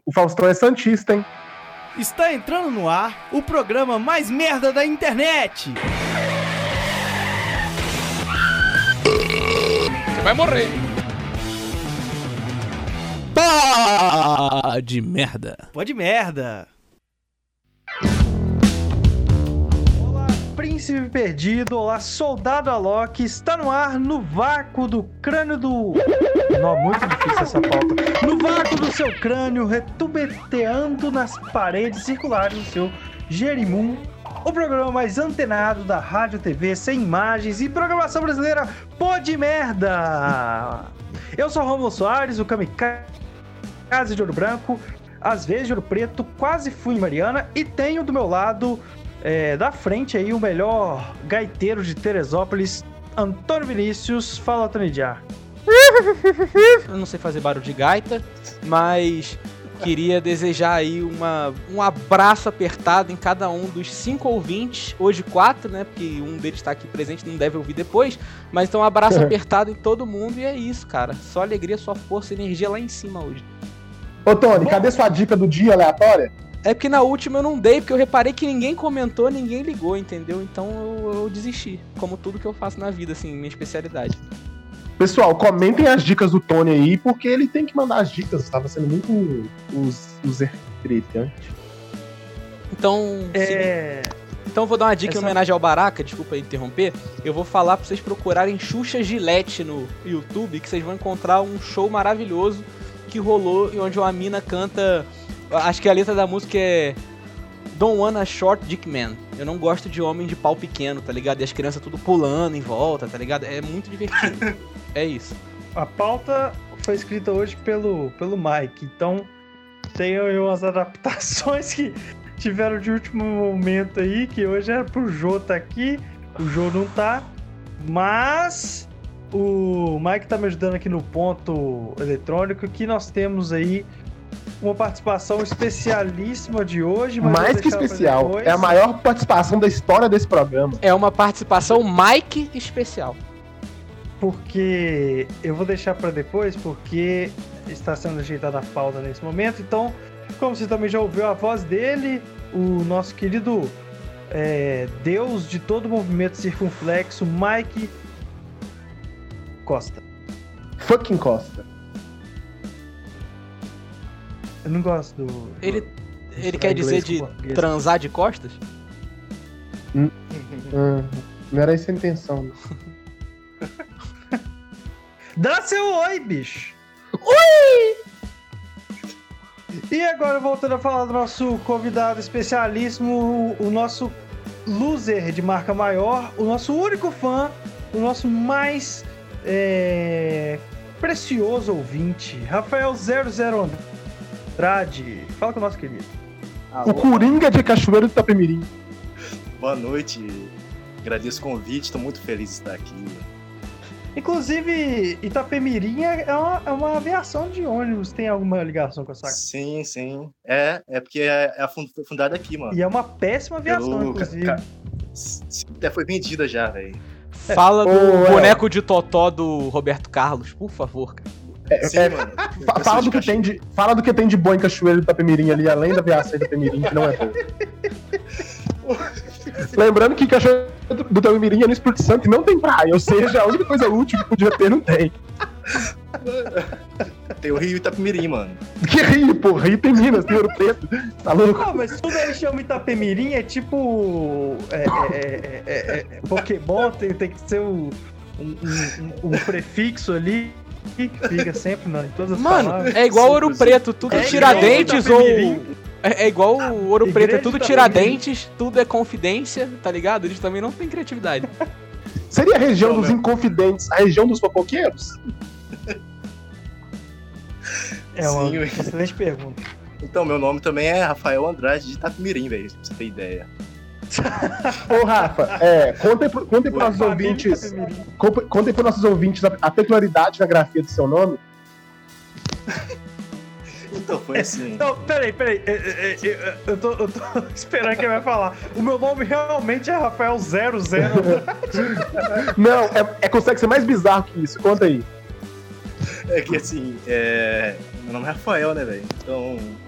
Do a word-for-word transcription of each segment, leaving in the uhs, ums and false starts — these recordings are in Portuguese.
O Faustão é santista, hein? Está entrando no ar o programa mais merda da internet. Você vai morrer. Pá de merda. Pode merda. Príncipe Perdido, olá, Soldado Alok, está no ar no vácuo do crânio do... Não, muito difícil essa pauta. No vácuo do seu crânio, retubeteando nas paredes circulares do seu gerimum, o programa mais antenado da Rádio T V, sem imagens e programação brasileira, Pode Merda! Eu sou Romulo Soares, o Kamikaze de Ouro Branco, às vezes de Ouro Preto, quase fui em Mariana, e tenho do meu lado... É, da frente aí o melhor gaiteiro de Teresópolis, Antônio Vinícius. Fala, Antônio Diá. Eu não sei fazer barulho de gaita, mas queria desejar aí uma, um abraço apertado em cada um dos cinco ouvintes, hoje quatro, né, porque um deles está aqui presente, não deve ouvir depois, mas então um abraço apertado em todo mundo e é isso, cara, só alegria, só força e energia lá em cima hoje. Ô Tony, Bom, cadê sua dica do dia aleatória? É porque na última eu não dei, porque eu reparei que ninguém comentou, ninguém ligou, entendeu? Então eu, eu desisti, como tudo que eu faço na vida, assim, minha especialidade. Pessoal, comentem as dicas do Tony aí, porque ele tem que mandar as dicas, estava sendo muito user-friendly. Então, é... se... então eu vou dar uma dica Essa... em homenagem ao Baraka, desculpa interromper. Eu vou falar pra vocês procurarem Xuxa Gillette no YouTube, que vocês vão encontrar um show maravilhoso que rolou, onde uma mina canta... Acho que a letra da música é Don't wanna short dick man. Eu não gosto de homem de pau pequeno, tá ligado? E as crianças tudo pulando em volta, tá ligado? É muito divertido. É isso. A pauta foi escrita hoje pelo, pelo Mike, então tem aí umas adaptações que tiveram de último momento aí, que hoje era pro Jô tá aqui, o Jô não tá, mas o Mike tá me ajudando aqui no ponto eletrônico, que nós temos aí uma participação especialíssima de hoje. Mas mais que especial, é a maior participação da história desse programa. É uma participação Mike especial. Porque eu vou deixar para depois, porque está sendo ajeitada a pauta nesse momento. Então, como você também já ouviu a voz dele, o nosso querido é, Deus de todo movimento circunflexo, Mike Costa. Fucking Costa. Eu não gosto do... Ele, do, ele quer dizer de transar de costas? Hum, hum, não era essa a intenção. Né? Dá seu oi, bicho! Oi! E agora, voltando a falar do nosso convidado especialíssimo, o nosso loser de marca maior, o nosso único fã, o nosso mais é, precioso ouvinte, Rafael zero zero Andrade. Fala com o nosso querido. Alô. O Coringa de Cachoeiro do Itapemirim. Boa noite, agradeço o convite, estou muito feliz de estar aqui. Inclusive, Itapemirim é uma, é uma aviação de ônibus, tem alguma ligação com essa? Sim, sim, é, é porque é, é foi fundada aqui, mano. E é uma péssima aviação, Pelo... inclusive. Ca... Até foi vendida já, velho. Fala do oh, boneco é. de Totó do Roberto Carlos, por favor, cara. É, Sim, é, mano. Fa- fala, do que tem de, fala do que tem de bom em Cachoeiro do Itapemirim ali, além da aviação do Itapemirim, que não é bom. Lembrando que Cachoeiro do Itapemirim é no Espírito Santo e não tem praia, ou seja, a única coisa útil que podia ter não tem. Tem o Rio Itapemirim, mano. Que Rio, pô? Rio tem Minas, tem Ouro Preto. Tá louco? Não, mas tudo aí chama Itapemirim, é tipo... É, é, é, é, é, Pokémon, tem, tem que ser um, um, um, um prefixo ali. Que fica sempre, mano, em todas as Mano, palavras. é igual Ouro Preto, tudo é Tiradentes ou... É, é igual o Ouro Preto, é tudo Tiradentes, tudo é confidência, tá ligado? Eles também não têm criatividade. Seria a região não, dos meu. Inconfidentes, a região dos fofoqueiros? É uma Sim, excelente pergunta. Então, meu nome também é Rafael Andrade de Itapemirim, velho, pra você ter ideia. Ô, Rafa, é, contem para os nossos ouvintes, contem para nossos ouvintes a, a peculiaridade da grafia do seu nome. Então, foi assim. Então, peraí, peraí. Eu, eu, eu, tô, eu tô esperando que ele vai falar. O meu nome realmente é Rafael zero zero. Não, é, é, consegue ser mais bizarro que isso. Conta aí. É que assim, é... meu nome é Rafael, né, velho? Então,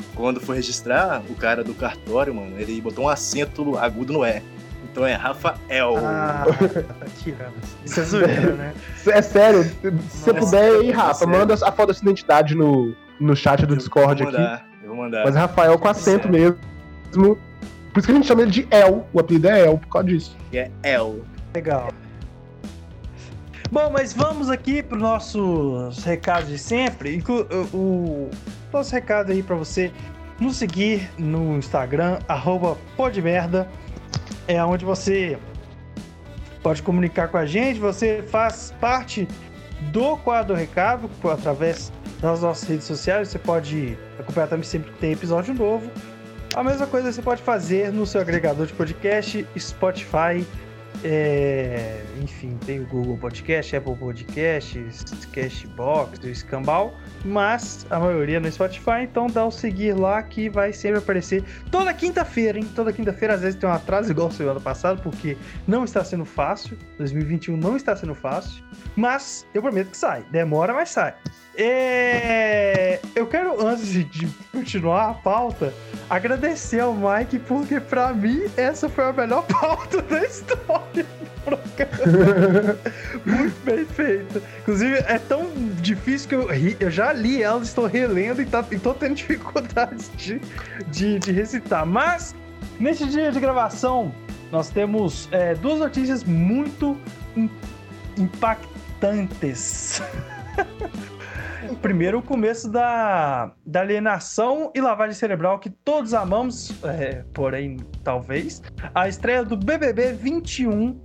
quando for registrar, o cara do cartório, mano, ele botou um acento agudo no E. Então é Rafael. Ah, tá tirando. Isso é zoeira, né? É sério, se você Nossa, puder aí, é Rafa, sério. manda a foto da sua identidade no, no chat do Eu Discord vou aqui. mandar, Eu vou mandar. Mas Rafael com acento Sério. mesmo. Por isso que a gente chama ele de El. O apelido é El, por causa disso. Que é El. Legal. Bom, mas vamos aqui para os nossos recados de sempre. Inclu o, o nosso recado aí para você nos seguir no Instagram, arroba podmerda. É onde você pode comunicar com a gente. Você faz parte do Quadro Recado através das nossas redes sociais. Você pode acompanhar também sempre que tem episódio novo. A mesma coisa você pode fazer no seu agregador de podcast, Spotify, é... enfim, tem o Google Podcast, Apple Podcasts, Cashbox, o Escambau, mas a maioria no Spotify, então dá o seguir lá que vai sempre aparecer toda quinta-feira, hein? Toda quinta-feira, às vezes tem um atraso igual foi o ano passado, porque não está sendo fácil, dois mil e vinte e um não está sendo fácil, mas eu prometo que sai, demora, mas sai. É... Eu quero, antes de continuar a pauta, agradecer ao Mike, porque pra mim essa foi a melhor pauta da história do programa. Muito bem feita. Inclusive, é tão difícil que eu, ri, eu já li ela, estou relendo e, tá, e tô tendo dificuldades de, de, de recitar. Mas, neste dia de gravação, nós temos é, duas notícias muito in, impactantes. Primeiro, o começo da, da alienação e lavagem cerebral que todos amamos, é, porém, talvez. A estreia do B B B vinte e um.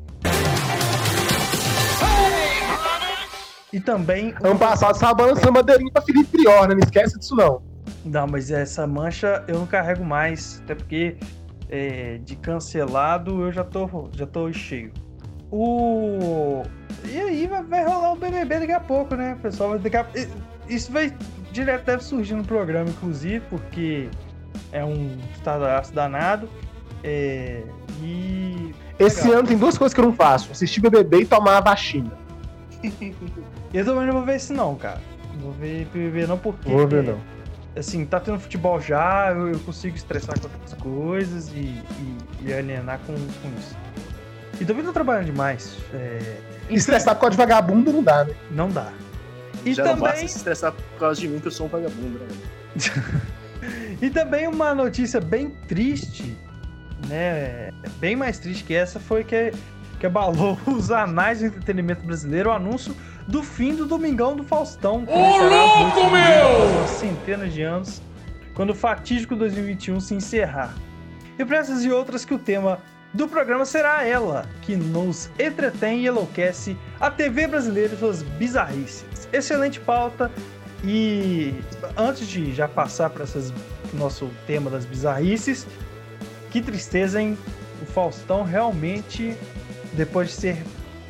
E também... Ano passado, você tava balançando bandeirinha pra Felipe Prior, né? Não esquece disso, não. Não, mas essa mancha eu não carrego mais, até porque é, de cancelado eu já tô, já tô cheio. O... E aí vai, vai rolar o B B B daqui a pouco, né, pessoal? Vai daqui a... Isso vai direto, deve surgir no programa, inclusive, porque é um estadaço danado. É... E... Esse Legal. ano tem duas coisas que eu não faço: assistir B B B e tomar a vacina. Eu também não vou ver esse não, cara. Não vou ver B B B não, porque... Vou ver, não. Assim, tá tendo futebol já, eu, eu consigo estressar com outras coisas e, e, e alienar com, com isso. E também tô trabalhando demais. É... Estressar por causa de vagabundo não dá, né? Não dá. E Já não basta também, se estressar por causa de mim, que eu sou um vagabundo, né? e também uma notícia bem triste, né? Bem mais triste que essa foi que, que abalou os anais do entretenimento brasileiro, o anúncio do fim do Domingão do Faustão. Ô, louco, meu! Centenas de anos, quando o fatídico dois mil e vinte e um se encerrar. E para essas e outras que o tema do programa será ela, que nos entretém e enlouquece a T V brasileira e suas bizarrices. Excelente pauta. E antes de já passar para essas nosso tema das bizarrices, que tristeza, hein? O Faustão realmente, depois de ser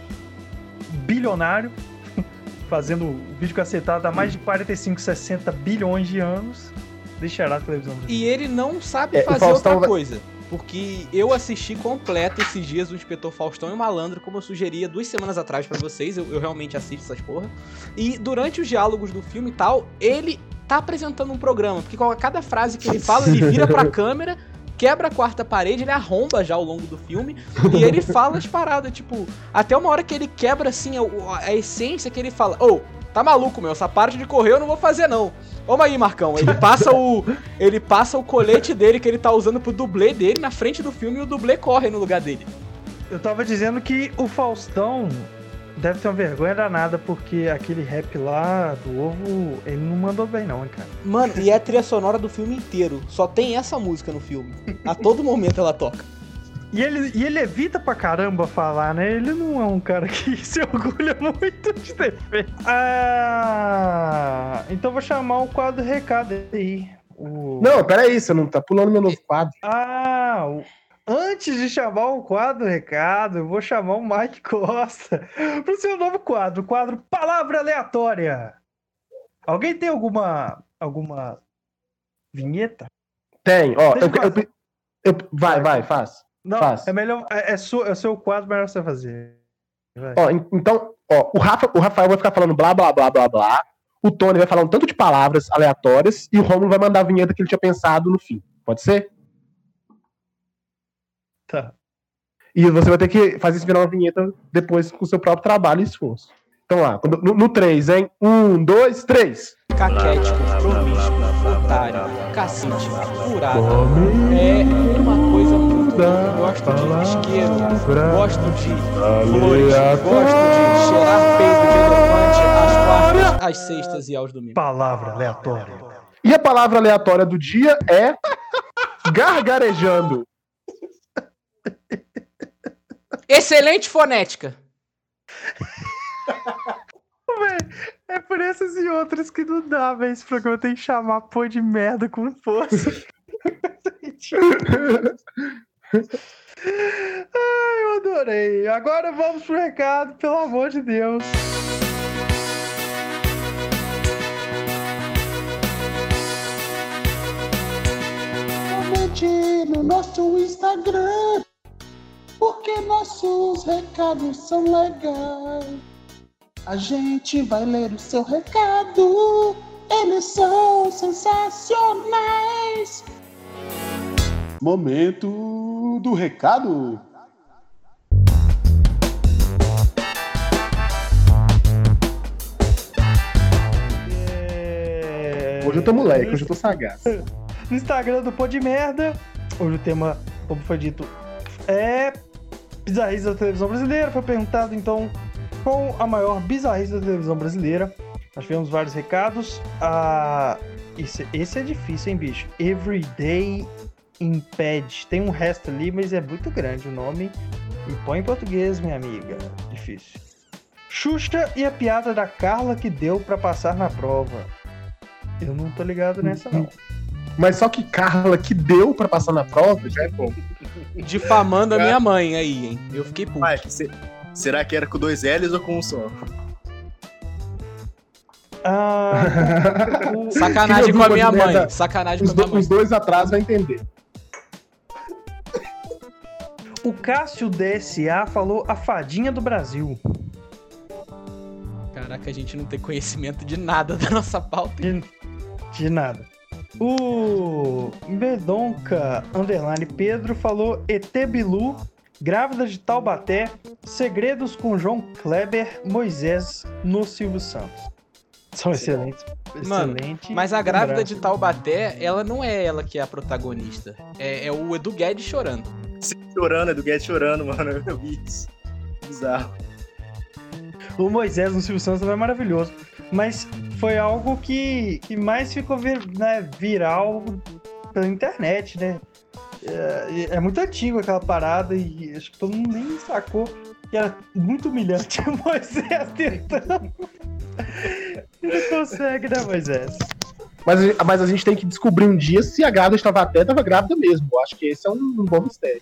bilionário, fazendo vídeo cacetado há mais de quarenta e cinco, sessenta bilhões de anos, deixará a televisão brasileira. E ele não sabe É, o fazer Faustão outra vai- coisa. Porque eu assisti completo esses dias o Inspetor Faustão e o Malandro, como eu sugeria duas semanas atrás pra vocês. Eu, eu realmente assisto essas porra. E durante os diálogos do filme e tal, ele tá apresentando um programa. Porque com cada frase que ele fala, ele vira pra câmera, quebra a quarta parede, ele arromba já ao longo do filme. E ele fala as paradas, tipo... Até uma hora que ele quebra, assim, a, a essência que ele fala... Ô, tá maluco, meu? Essa parte de correr eu não vou fazer, não. Vamos aí, Marcão. Ele passa o ele passa o colete dele que ele tá usando pro dublê dele na frente do filme e o dublê corre no lugar dele. Eu tava dizendo que o Faustão deve ter uma vergonha danada, porque aquele rap lá do ovo, ele não mandou bem não, hein, cara. Mano, e é a trilha sonora do filme inteiro. Só tem essa música no filme. A todo momento ela toca. E ele, e ele evita pra caramba falar, né? Ele não é um cara que se orgulha muito de ter feito. Ah, então vou chamar o quadro recado aí. O... Não, peraí, você não tá pulando meu novo quadro. Ah, o... antes de chamar o quadro recado, eu vou chamar o Mike Costa pro seu novo quadro, o quadro Palavra Aleatória. Alguém tem alguma alguma vinheta? Tem, ó. Deixa Eu, eu eu, eu- vai, vai, faz. Não, Faz. é melhor, é, é, su, é o seu quadro, melhor você fazer. Vai. Ó, en- então, ó, o, Rafa, o Rafael vai ficar falando blá, blá, blá, blá, blá. o Tony vai falar um tanto de palavras aleatórias e o Rômulo vai mandar a vinheta que ele tinha pensado no fim. Pode ser? Tá. E você vai ter que fazer isso virar uma vinheta depois com o seu próprio trabalho e esforço. Então lá, no, no três, hein? Um, dois, três. Caquético, promíscuo, otário, cacete, furado. É uma coisa muito boa. Gosto de isqueiro, gosto de flores, gosto de cheirar peito de elefante às quartas, às sextas e aos domingos. Palavra aleatória. E a palavra aleatória do dia é gargarejando. Excelente fonética. É por essas e outras que não dá, velho. Esse programa tem que chamar pô de merda com força. Ai, eu adorei. Agora vamos pro recado, pelo amor de Deus. Comente no nosso Instagram, porque nossos recados são legais. A gente vai ler o seu recado, eles são sensacionais. Momento do recado. É... Hoje eu tô moleque, hoje eu tô sagaz. No Instagram do Pô de Merda, hoje o tema, como foi dito, é bizarrice da televisão brasileira. Foi perguntado, então, qual a maior bizarrice da televisão brasileira. Nós tivemos vários recados. Ah, esse, esse é difícil, hein, bicho? Everyday Impede. Tem um resto ali, mas é muito grande o nome. E põe em português, minha amiga. Difícil. Xuxa e a piada da Carla que deu pra passar na prova. Eu não tô ligado nessa, não. Mas só que Carla que deu pra passar na prova já é bom. Difamando a minha mãe aí, hein? Eu fiquei puto. Mas, se- será que era com dois L's ou com um só? Ah, o- Sacanagem Quem com a ouviu minha o Pô de mãe. Merda? Sacanagem Os, com a minha do- mãe. os dois atrás vai entender. o Cássio D S A falou a fadinha do Brasil. Caraca, a gente não tem conhecimento de nada da nossa pauta. De, de nada. O Medonca Underline Pedro falou E T Bilu, grávida de Taubaté, segredos com João Kleber, Moisés no Silvio Santos. São excelentes. Mano, excelente Mas a grávida de lembrança. Taubaté, ela não é ela que é a protagonista. É, é o Edu Guedes chorando. Você chorando, é do Guedes chorando, mano. Eu vi isso. Bizarro. O Moisés no Silvio Santos também é maravilhoso. Mas foi algo que, que mais ficou vir- né, viral pela internet, né? É, é muito antigo aquela parada e acho que todo mundo nem sacou que era muito humilhante o Moisés tentando. Ele consegue, né, Moisés? Mas, a- mas a gente tem que descobrir um dia se a grávida de Taubaté estava grávida mesmo. Eu acho que esse é um, um bom mistério.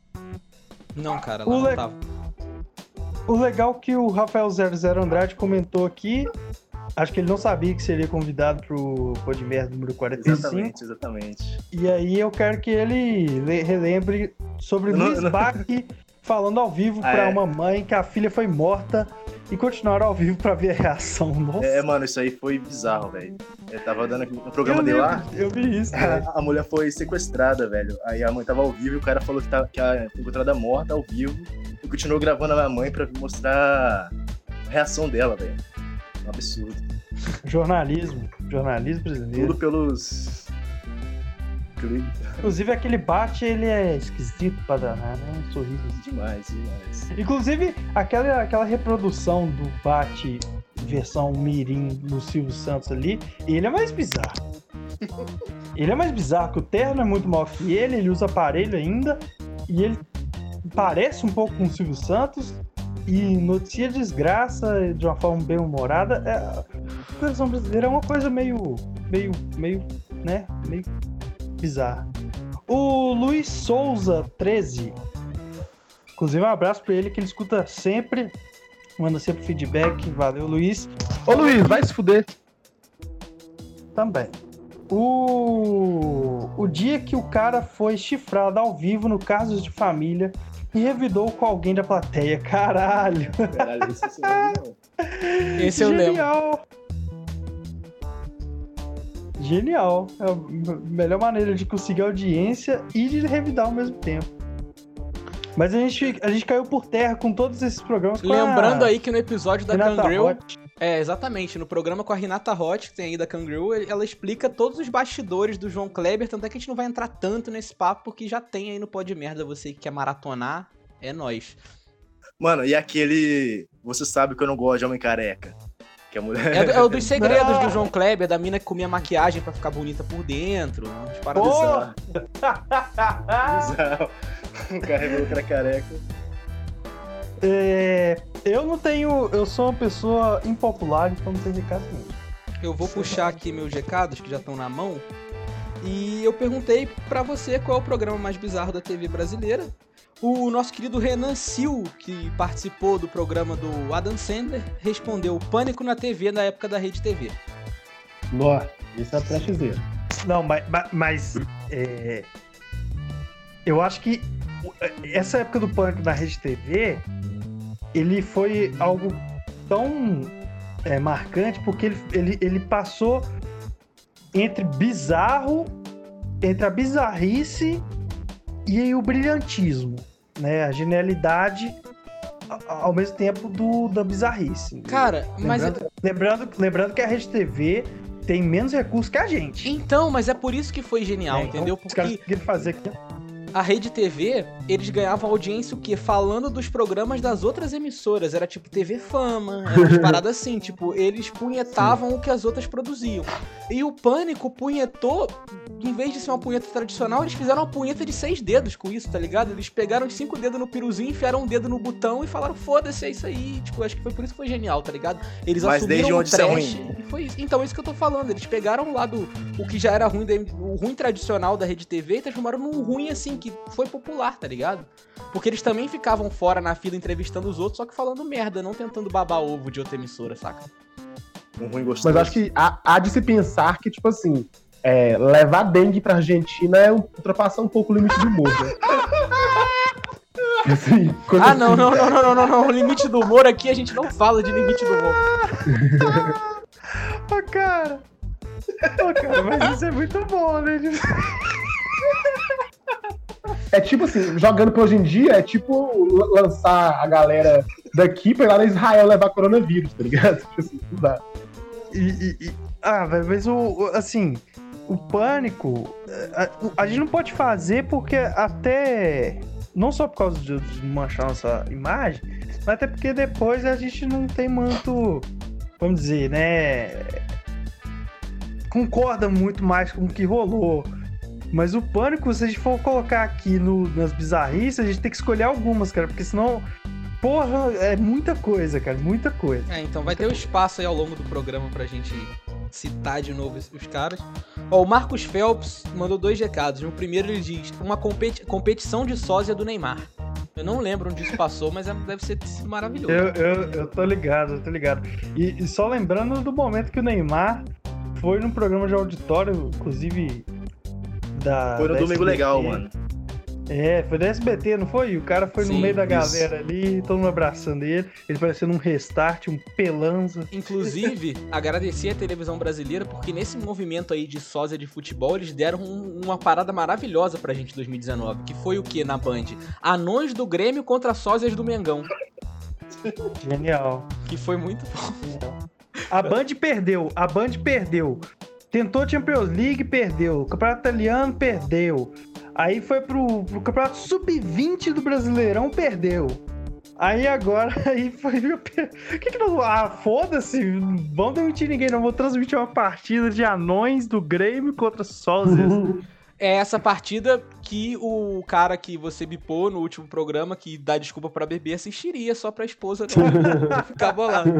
Não, cara, O ela não le- tava. O legal que o Rafael zero zero Andrade comentou aqui, acho que ele não sabia que seria convidado pro Pô de Merda número quarenta e cinco. Exatamente, exatamente. E aí eu quero que ele le- relembre sobre Eu não- Luiz eu não- Bach falando ao vivo Ah, pra é. uma mãe que a filha foi morta e continuaram ao vivo pra ver a reação. Nossa, É, mano, isso aí foi bizarro, velho. Eu tava dando aqui um programa eu, dele lembro, lá. eu vi isso, né? A, a mulher foi sequestrada, velho. Aí a mãe tava ao vivo e o cara falou que, tá, que a foi encontrada morta ao vivo. E continuou gravando a minha mãe pra mostrar a reação dela, velho. Um absurdo. Jornalismo, jornalismo brasileiro. Tudo pelos. clipes. Inclusive aquele bate, ele é esquisito pra danar, né? Um sorriso assim. Demais, demais. Inclusive, aquela, aquela reprodução do Bate versão Mirim no Silvio Santos ali, ele é mais bizarro. Ele é mais bizarro, que o terno é muito maior que ele, ele usa aparelho ainda, e ele parece um pouco com o Silvio Santos, e noticia desgraça de uma forma bem humorada. É, a versão brasileira é uma coisa meio, meio, meio, né, meio bizarra. O Luiz Souza treze, inclusive um abraço pra ele que ele escuta sempre, manda sempre feedback. Valeu, Luiz. Ô Luiz, vai se fuder. Também. O... o dia que o cara foi chifrado ao vivo no Casos de Família e revidou com alguém da plateia. Caralho. Caralho, isso é não. Esse eu lembro. Genial. Genial. É a melhor maneira de conseguir audiência e de revidar ao mesmo tempo. Mas a gente, a gente caiu por terra com todos esses programas. Com Lembrando a... aí que no episódio da Renata Kangaroo... Hot. É, exatamente. No programa com a Renata Hot, que tem aí da Kangaroo, ela explica todos os bastidores do João Kleber, tanto é que a gente não vai entrar tanto nesse papo, porque já tem aí no Pod Merda, você que quer maratonar, é nóis. Mano, e aquele... Você sabe que eu não gosto de homem careca. Que a mulher... É, é o dos segredos do João Kleber, da mina que comia maquiagem pra ficar bonita por dentro. Umas paradas Bizarro. Bizarro. O cara revelou que era careca. É, eu não tenho... Eu sou uma pessoa impopular, então não tenho recado nenhum. Eu vou puxar aqui meus recados, que já estão na mão. E eu perguntei pra você qual é o programa mais bizarro da T V brasileira. O nosso querido Renan Sil, que participou do programa do Adam Sandler, respondeu Pânico na T V na época da Rede T V. Nó, isso é trashzeiro. Não, mas... mas é, eu acho que essa época do Pânico na Rede T V, ele foi algo tão é, marcante, porque ele, ele, ele passou entre bizarro, entre a bizarrice e o brilhantismo, né? A genialidade ao mesmo tempo do, da bizarrice. Cara, mas... Lembrando, lembrando, lembrando que a Rede T V tem menos recursos que a gente. Então, mas é por isso que foi genial, É, entendeu? Então, os caras Porque conseguiram fazer aqui. a Rede T V, eles ganhavam audiência o quê? Falando dos programas das outras emissoras. Era tipo T V Fama, era umas paradas assim. Tipo, eles punhetavam o que as outras produziam. E o Pânico punhetou, em vez de ser uma punheta tradicional, eles fizeram uma punheta de seis dedos com isso, tá ligado? Eles pegaram os cinco dedos no piruzinho, enfiaram um dedo no botão e falaram, foda-se, é isso aí. Tipo, acho que foi por isso que foi genial, tá ligado? Eles Mas assumiram desde o onde isso é trash ruim? e foi isso. Então, é isso que eu tô falando. Eles pegaram lá do o que já era ruim, da, o ruim tradicional da Rede T V e transformaram num ruim, assim, que foi popular, tá ligado? Porque eles também ficavam fora na fila entrevistando os outros, só que falando merda, não tentando babar ovo de outra emissora, saca? Um ruim gostoso. Mas acho que há, há de se pensar que, tipo assim, é, levar dengue pra Argentina é um, ultrapassar um pouco o limite do humor, né? Assim, coisa Ah, não, assim. não, não, não, não, não, não. O limite do humor aqui, a gente não fala de limite do humor. Ô, cara. Ô, cara, mas isso é muito bom, né? É tipo assim, jogando pra hoje em dia, é tipo l- lançar a galera daqui pra ir lá na Israel levar coronavírus, tá ligado? Tipo assim, não dá. E, e- e- ah, velho, mas o, o- assim, o Pânico, a, a gente não pode fazer porque até, não só por causa de, de manchar nossa imagem, mas até porque depois a gente não tem muito, vamos dizer, né, concorda muito mais com o que rolou. Mas o Pânico, se a gente for colocar aqui no, nas bizarrices, a gente tem que escolher algumas, cara, porque senão, porra, é muita coisa, cara, muita coisa. É, então vai ter um espaço aí ao longo do programa pra gente citar de novo os caras. Ó, o Marcos Phelps mandou dois recados. No primeiro ele diz, uma competi- competição de sósia do Neymar. Eu não lembro onde isso passou, mas é- deve ser sido maravilhoso. Eu, eu, eu tô ligado, eu tô ligado. E, e só lembrando do momento que o Neymar foi num programa de auditório, inclusive da. Foi no da Domingo S B T. Legal, mano. É, foi da S B T, não foi? E o cara foi Sim, no meio da isso. galera ali, todo mundo abraçando ele, ele parecendo um restart, um pelanza. Inclusive, agradecer a televisão brasileira, porque nesse movimento aí de sósia de futebol, eles deram um- uma parada maravilhosa pra gente em dois mil e dezenove, que foi o que na Band? Anões do Grêmio contra sósias do Mengão, Genial. que foi muito bom. A Band perdeu, a Band perdeu. Tentou Champions League, perdeu. Campeonato Italiano, perdeu. Aí foi pro, pro Campeonato sub vinte do Brasileirão, perdeu. Aí agora, aí foi... O que que não... Ah, foda-se, não vão demitir ninguém, não. Vou transmitir uma partida de anões do Grêmio contra sósias. É essa partida que o cara que você bipou no último programa, que dá desculpa pra bebê, assistiria só pra esposa não ficar bolada.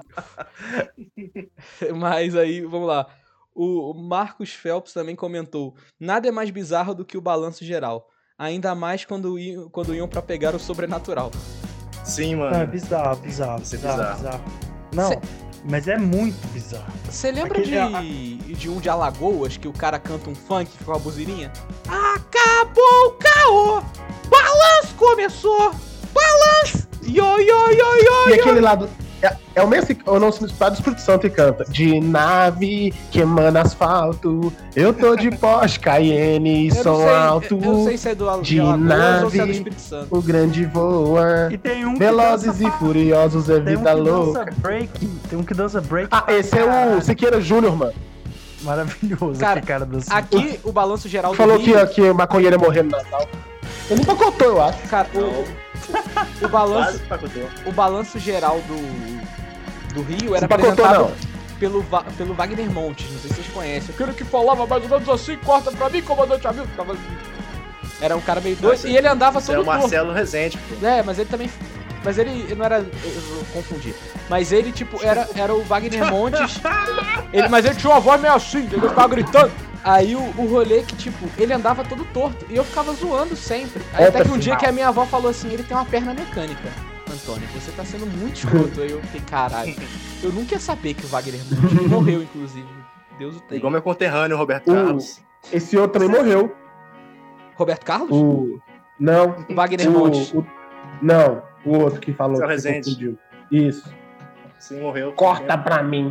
Mas aí, vamos lá. O Marcos Phelps também comentou: nada é mais bizarro do que o balanço geral. Ainda mais quando iam, quando iam pra pegar o sobrenatural. Sim, Não, é mano. bizarro, bizarro, Isso é bizarro, bizarro. bizarro. Não, Cê- mas é muito bizarro. Você lembra Aquele- de, de um de Alagoas que o cara canta um funk com a buzininha? Acabou o caô! Balanço começou! Balanço! Yo, yo, yo, yo, E aquele lá do, É, é o mesmo assim, eu não sei do Espírito Santo e canta. De nave que emana asfalto, eu tô de Porsche Cayenne e Eu som não sei, alto. eu não sei se é do de Alagoas ou se é do nave. Espírito Santo. O grande voa. E tem um que Velozes dança e pra- furiosos é Tem um vida que louca. dança break. Tem um que dança break. Ah, pra esse é o caralho. Siqueira Júnior, mano. Maravilhoso, Cara, aquele cara dançando. Aqui, o Balanço Geral do Falou Rio... que, que maconheiro ia morrer no Natal. Ele nunca contou, eu acho. Cara, o, o, balanço, Quase pacotou. o balanço geral do, do Rio era Não pacotou, apresentado não. pelo, Va- pelo Wagner Montes, não sei se vocês conhecem. Aquele que falava mais ou menos assim, corta pra mim, comandante amigo. Ficava... Era um cara meio doido Esse- e ele andava Esse é todo o torto. Marcelo Rezende, pô. É, mas ele também... Mas ele ele não era... Eu, eu confundi. Mas ele, tipo, era, era o Wagner Montes. Ele, mas ele tinha uma voz meio assim, ele ficava gritando. Aí o, o rolê que, tipo, ele andava todo torto. E eu ficava zoando sempre. Aí É, até que um tá dia assim. que a minha avó falou assim, ele tem uma perna mecânica. Antônio, você tá sendo muito escroto. Aí eu fiquei, caralho. Eu nunca ia saber que o Wagner Montes morreu, inclusive. Deus o tenha. Igual meu conterrâneo, Roberto O- Carlos. Esse outro também morreu. Roberto Carlos? O. Não. O Wagner o, Montes. o- Não, o outro que falou. Seu que você Rezende. confundiu. Isso. Sim, morreu. Corta pra mim.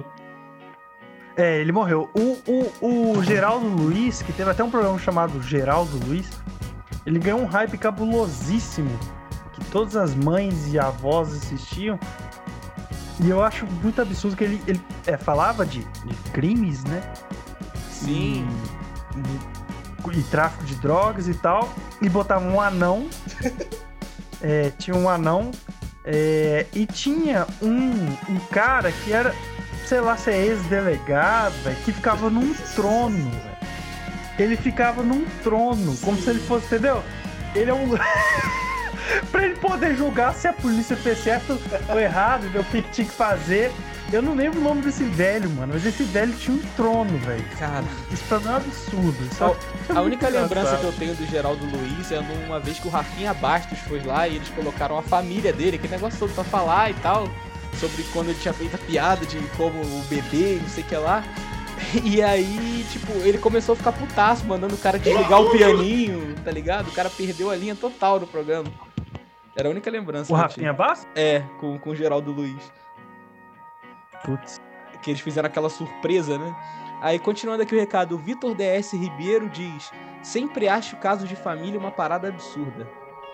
É, ele morreu. O, o, o Geraldo Luiz, que teve até um programa chamado Geraldo Luiz, ele ganhou um hype cabulosíssimo, que todas as mães e avós assistiam. E eu acho muito absurdo que ele, ele é, falava de, de crimes, né? Sim. E, e tráfico de drogas e tal. E botava um anão. É, tinha um anão. é, e tinha um, um cara que era, sei lá se é ex-delegado, velho, que ficava num trono, velho. Ele ficava num trono, como se ele fosse, entendeu? Ele é um... pra ele poder julgar se a polícia fez certo ou errado, o que que tinha que fazer. Eu não lembro o nome desse velho, mano, mas esse velho tinha um trono, velho. Cara, Isso pra mim é um absurdo. Isso é a muito única lembrança engraçado. que eu tenho do Geraldo Luiz é numa vez que o Rafinha Bastos foi lá e eles colocaram a família dele, aquele negócio todo pra falar e tal, sobre quando ele tinha feito a piada de como o bebê e não sei o que lá. E aí, tipo, ele começou a ficar putaço, mandando o cara desligar o pianinho, tá ligado? O cara perdeu a linha total no programa. Era a única lembrança. O que eu Rafinha tinha. Bastos? É, com, com o Geraldo Luiz. Putz. Que eles fizeram aquela surpresa, né? Aí, continuando aqui o recado, o Vitor D S Ribeiro diz: sempre acho casos de família uma parada absurda.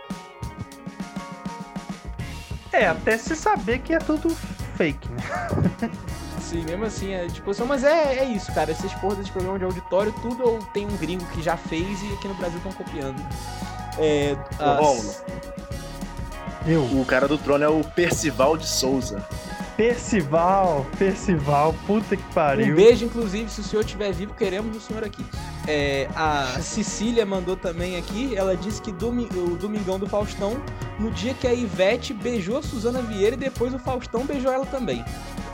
É, até se saber que é tudo fake, né? Sim, mesmo assim, é tipo, só- mas é, é isso, cara. Esses porra desses programas de auditório, tudo ou tem um gringo que já fez e aqui no Brasil estão copiando. É. Ô, as- Rômulo, Eu. o cara do trono é o Percival de Souza. Percival, Percival, puta que pariu. Um beijo, inclusive, se o senhor estiver vivo, queremos o senhor aqui. É, a Cecília mandou também aqui, ela disse que domi- o Domingão do Faustão, no dia que a Ivete beijou a Suzana Vieira e depois o Faustão beijou ela também.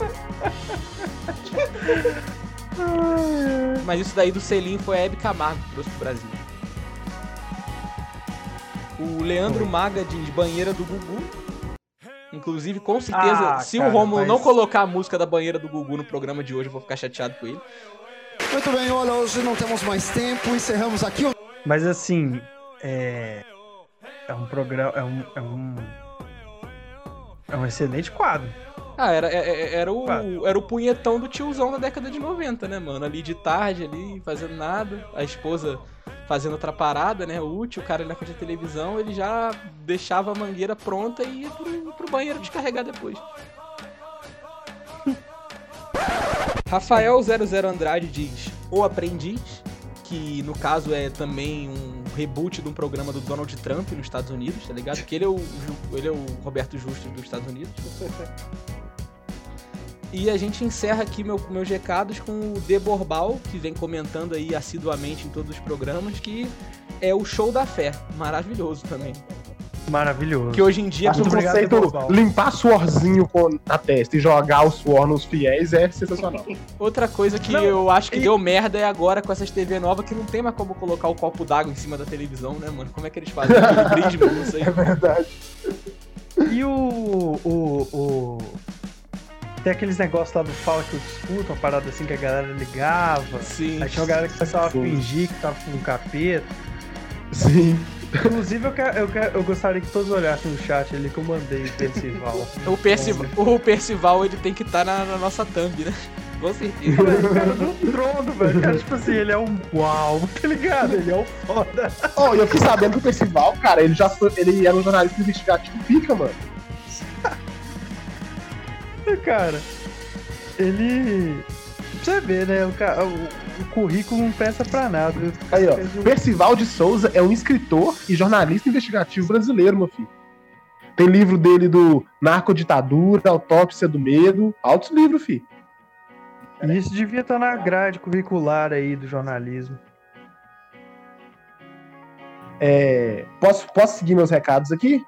Mas isso daí do selinho foi a Hebe Camargo que trouxe pro Brasil. O Leandro Foi. Maga diz banheira do Gugu. Inclusive, com certeza, Ah, se cara, o Rômulo mas- não colocar a música da banheira do Gugu no programa de hoje, eu vou ficar chateado com ele. Muito bem, olha, hoje não temos mais tempo, encerramos aqui o... Mas assim, é. É um programa. É um. É um, é um excelente quadro. Ah, era, é- é- era, o, Claro. era o punhetão do tiozão da década de noventa, né, mano? Ali de tarde, ali, fazendo nada. A esposa fazendo outra parada, né? Útil, o cara ali na frente da televisão, ele já deixava a mangueira pronta e ia pro, pro banheiro descarregar depois. Rafael zero zero Andrade diz: O Aprendiz, que no caso é também um reboot de um programa do Donald Trump nos Estados Unidos, tá ligado? Que ele é o, Ju- ele é o Roberto Justus dos Estados Unidos. E a gente encerra aqui meu, meus recados com o De Borbal, que vem comentando aí assiduamente em todos os programas, que é o Show da Fé. Maravilhoso também. Maravilhoso. Que hoje em dia... Acho que o obrigado, conceito Borbal. limpar suorzinho com- na testa e jogar o suor nos fiéis é sensacional. Outra coisa que Não, eu acho que e- deu merda é agora com essas T V novas que não tem mais como colocar o copo d'água em cima da televisão, né, mano? Como é que eles fazem aquele brismo? Não sei. É verdade. E o. o, o... Tem aqueles negócios lá do Fala que eu discuto, uma parada assim que a galera ligava. Sim. Aí tinha uma galera que começava a Sim. fingir que tava com um capeta. Sim. Inclusive, eu, quero, eu, quero, eu gostaria que todos olhassem no chat ali que eu mandei o Percival. O Percival, o Percival ele tem que estar tá na, na nossa thumb, né? Com certeza. O cara do trono, velho. O cara, tipo assim, ele é um uau, tá ligado? Ele é um foda. Oh, e eu fiquei sabendo que o Percival, cara, ele já foi, ele era um jornalista investigativo pica, mano. Cara, ele... Pra você ver, né? O, cara, o, o currículo não peça pra nada. Aí, ó. Um... Percival de Souza é um escritor e jornalista investigativo brasileiro, meu filho. Tem livro dele do Narcoditadura, Autópsia do Medo. Altos livros, filho. Isso devia estar na grade curricular aí do jornalismo. É, posso, posso seguir meus recados aqui?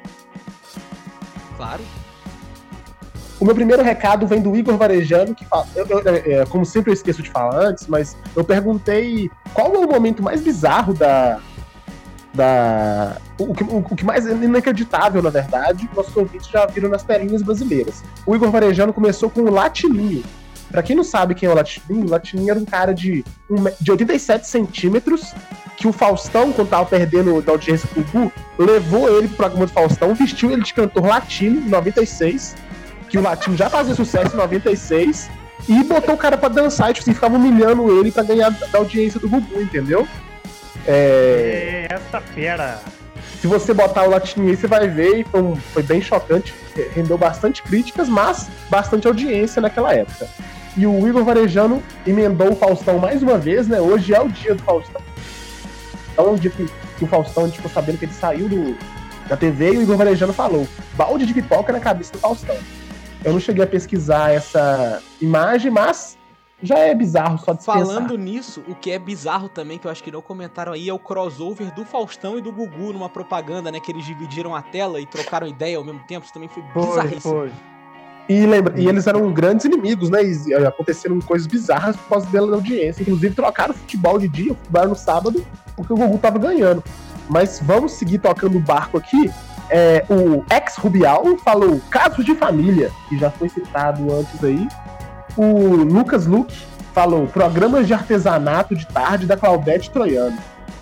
Claro. O meu primeiro recado vem do Igor Varejano, que fala, eu, eu, é, como sempre eu esqueço de falar antes, mas eu perguntei qual é o momento mais bizarro da... da o, que, o, o que mais inacreditável, na verdade, que nossos ouvintes já viram nas telinhas brasileiras. O Igor Varejano começou com o Latininho. Pra quem não sabe quem é o Latininho, o Latininho era um cara de, um, de oitenta e sete centímetros, que o Faustão, quando tava perdendo da audiência pro Gugu, levou ele pro programa do Faustão, vestiu ele de cantor latino em noventa e seis, que o latino já fazia sucesso em noventa e seis, e botou o cara pra dançar, e tipo assim, ficava humilhando ele pra ganhar da audiência do Gugu, entendeu? É... é essa fera. Se você botar o Latininho aí, você vai ver, e foi, um, foi bem chocante, rendeu bastante críticas, mas bastante audiência naquela época. E o Igor Varejano emendou o Faustão mais uma vez, né? Hoje é o dia do Faustão. Então é um dia que, que o Faustão, a gente ficou sabendo que ele saiu do, da T V e o Igor Varejano falou: balde de pipoca na cabeça do Faustão. Eu não cheguei a pesquisar essa imagem, mas já é bizarro só de pensar. Falando nisso, o que é bizarro também, que eu acho que não comentaram aí, é o crossover do Faustão e do Gugu numa propaganda, né? Que eles dividiram a tela e trocaram ideia ao mesmo tempo. Isso também foi, foi bizarríssimo. Foi. E, lembra, e eles eram grandes inimigos, né? E aconteceram coisas bizarras por causa dela na audiência. Inclusive, trocaram o futebol de dia, o futebol no sábado, porque o Gugu tava ganhando. Mas vamos seguir tocando o barco aqui. É, o ex-Rubial falou casos de família, que já foi citado antes aí. O Lucas Luque falou programas de artesanato de tarde da Claudete Troiano.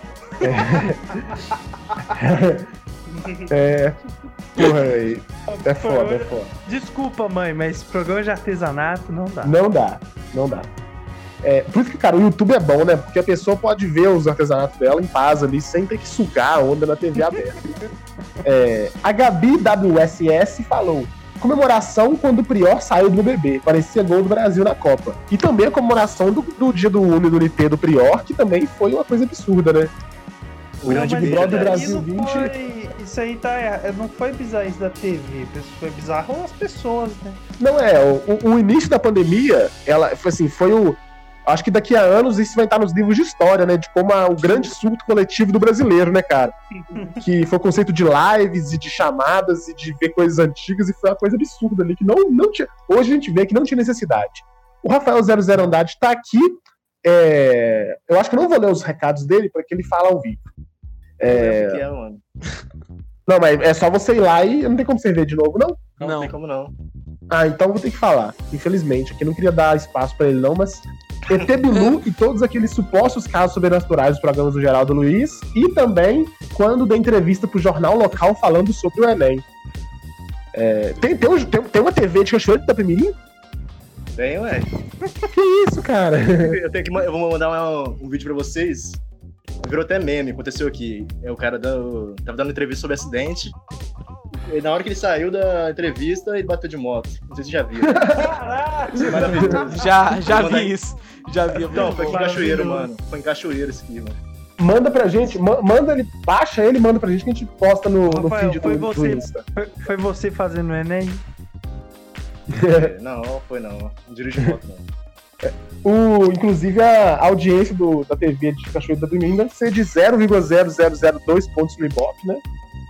É... é... Porra, é, é foda, é foda. Desculpa, mãe, mas programa de artesanato não dá. Não dá, não dá. É, por isso que, cara, o YouTube é bom, né? Porque a pessoa pode ver os artesanatos dela em paz ali, sem ter que sugar a onda na T V aberta. É, a Gabi W S S falou: comemoração quando o Prior saiu do B B B. Parecia gol do Brasil na Copa. E também a comemoração do, do dia do Uni do Unité do Prior, que também foi uma coisa absurda, né? O grande Big Brother do Brasil vinte. Foi, isso aí tá errado. Não foi bizarro isso da T V, foi bizarro as pessoas, né? Não é, o, o início da pandemia, ela foi assim, foi o. Acho que daqui a anos isso vai estar nos livros de história, né? De como a, o grande surto coletivo do brasileiro, né, cara? Que foi o conceito de lives e de chamadas e de ver coisas antigas, e foi uma coisa absurda ali, que não, não tinha. Hoje a gente vê que não tinha necessidade. O Rafael zero zero Andrade tá aqui. É, eu acho que eu não vou ler os recados dele, porque ele fala ao vivo. É... Que é, mano. Não, mas é só você ir lá e não tem como você ver de novo, não? Não, não tem como não. Ah, então vou ter que falar. Infelizmente, aqui não queria dar espaço pra ele não, mas E T Bilu e todos aqueles supostos casos sobrenaturais dos programas do Geraldo Luiz, e também quando deu entrevista pro jornal local falando sobre o Enem. É, tem, tem, um, tem, tem uma T V de Cachoeiro de Itapemirim? Tem, ué. Que isso, cara? Eu, tenho que, eu vou mandar um, um vídeo pra vocês. Virou até meme, aconteceu aqui. É, o cara do, tava dando entrevista sobre acidente. E na hora que ele saiu da entrevista, ele bateu de moto. Não sei se já viu. Caralho! Maravilhoso. Já, já vi isso. Já vi. Não, foi aqui em Cachoeiro, mano. Foi em Cachoeiro esse aqui, mano. Manda pra gente, ma- manda ele, baixa ele, manda pra gente que a gente posta no, no Rafael, feed foi do, do você, Insta. foi, foi você fazendo o Enem? É, não, foi não. Não dirijo moto, não. O, inclusive a audiência do, da T V de Cachoeiro da Itapemirim deve ser de zero vírgula zero zero zero dois pontos no Ibope, né?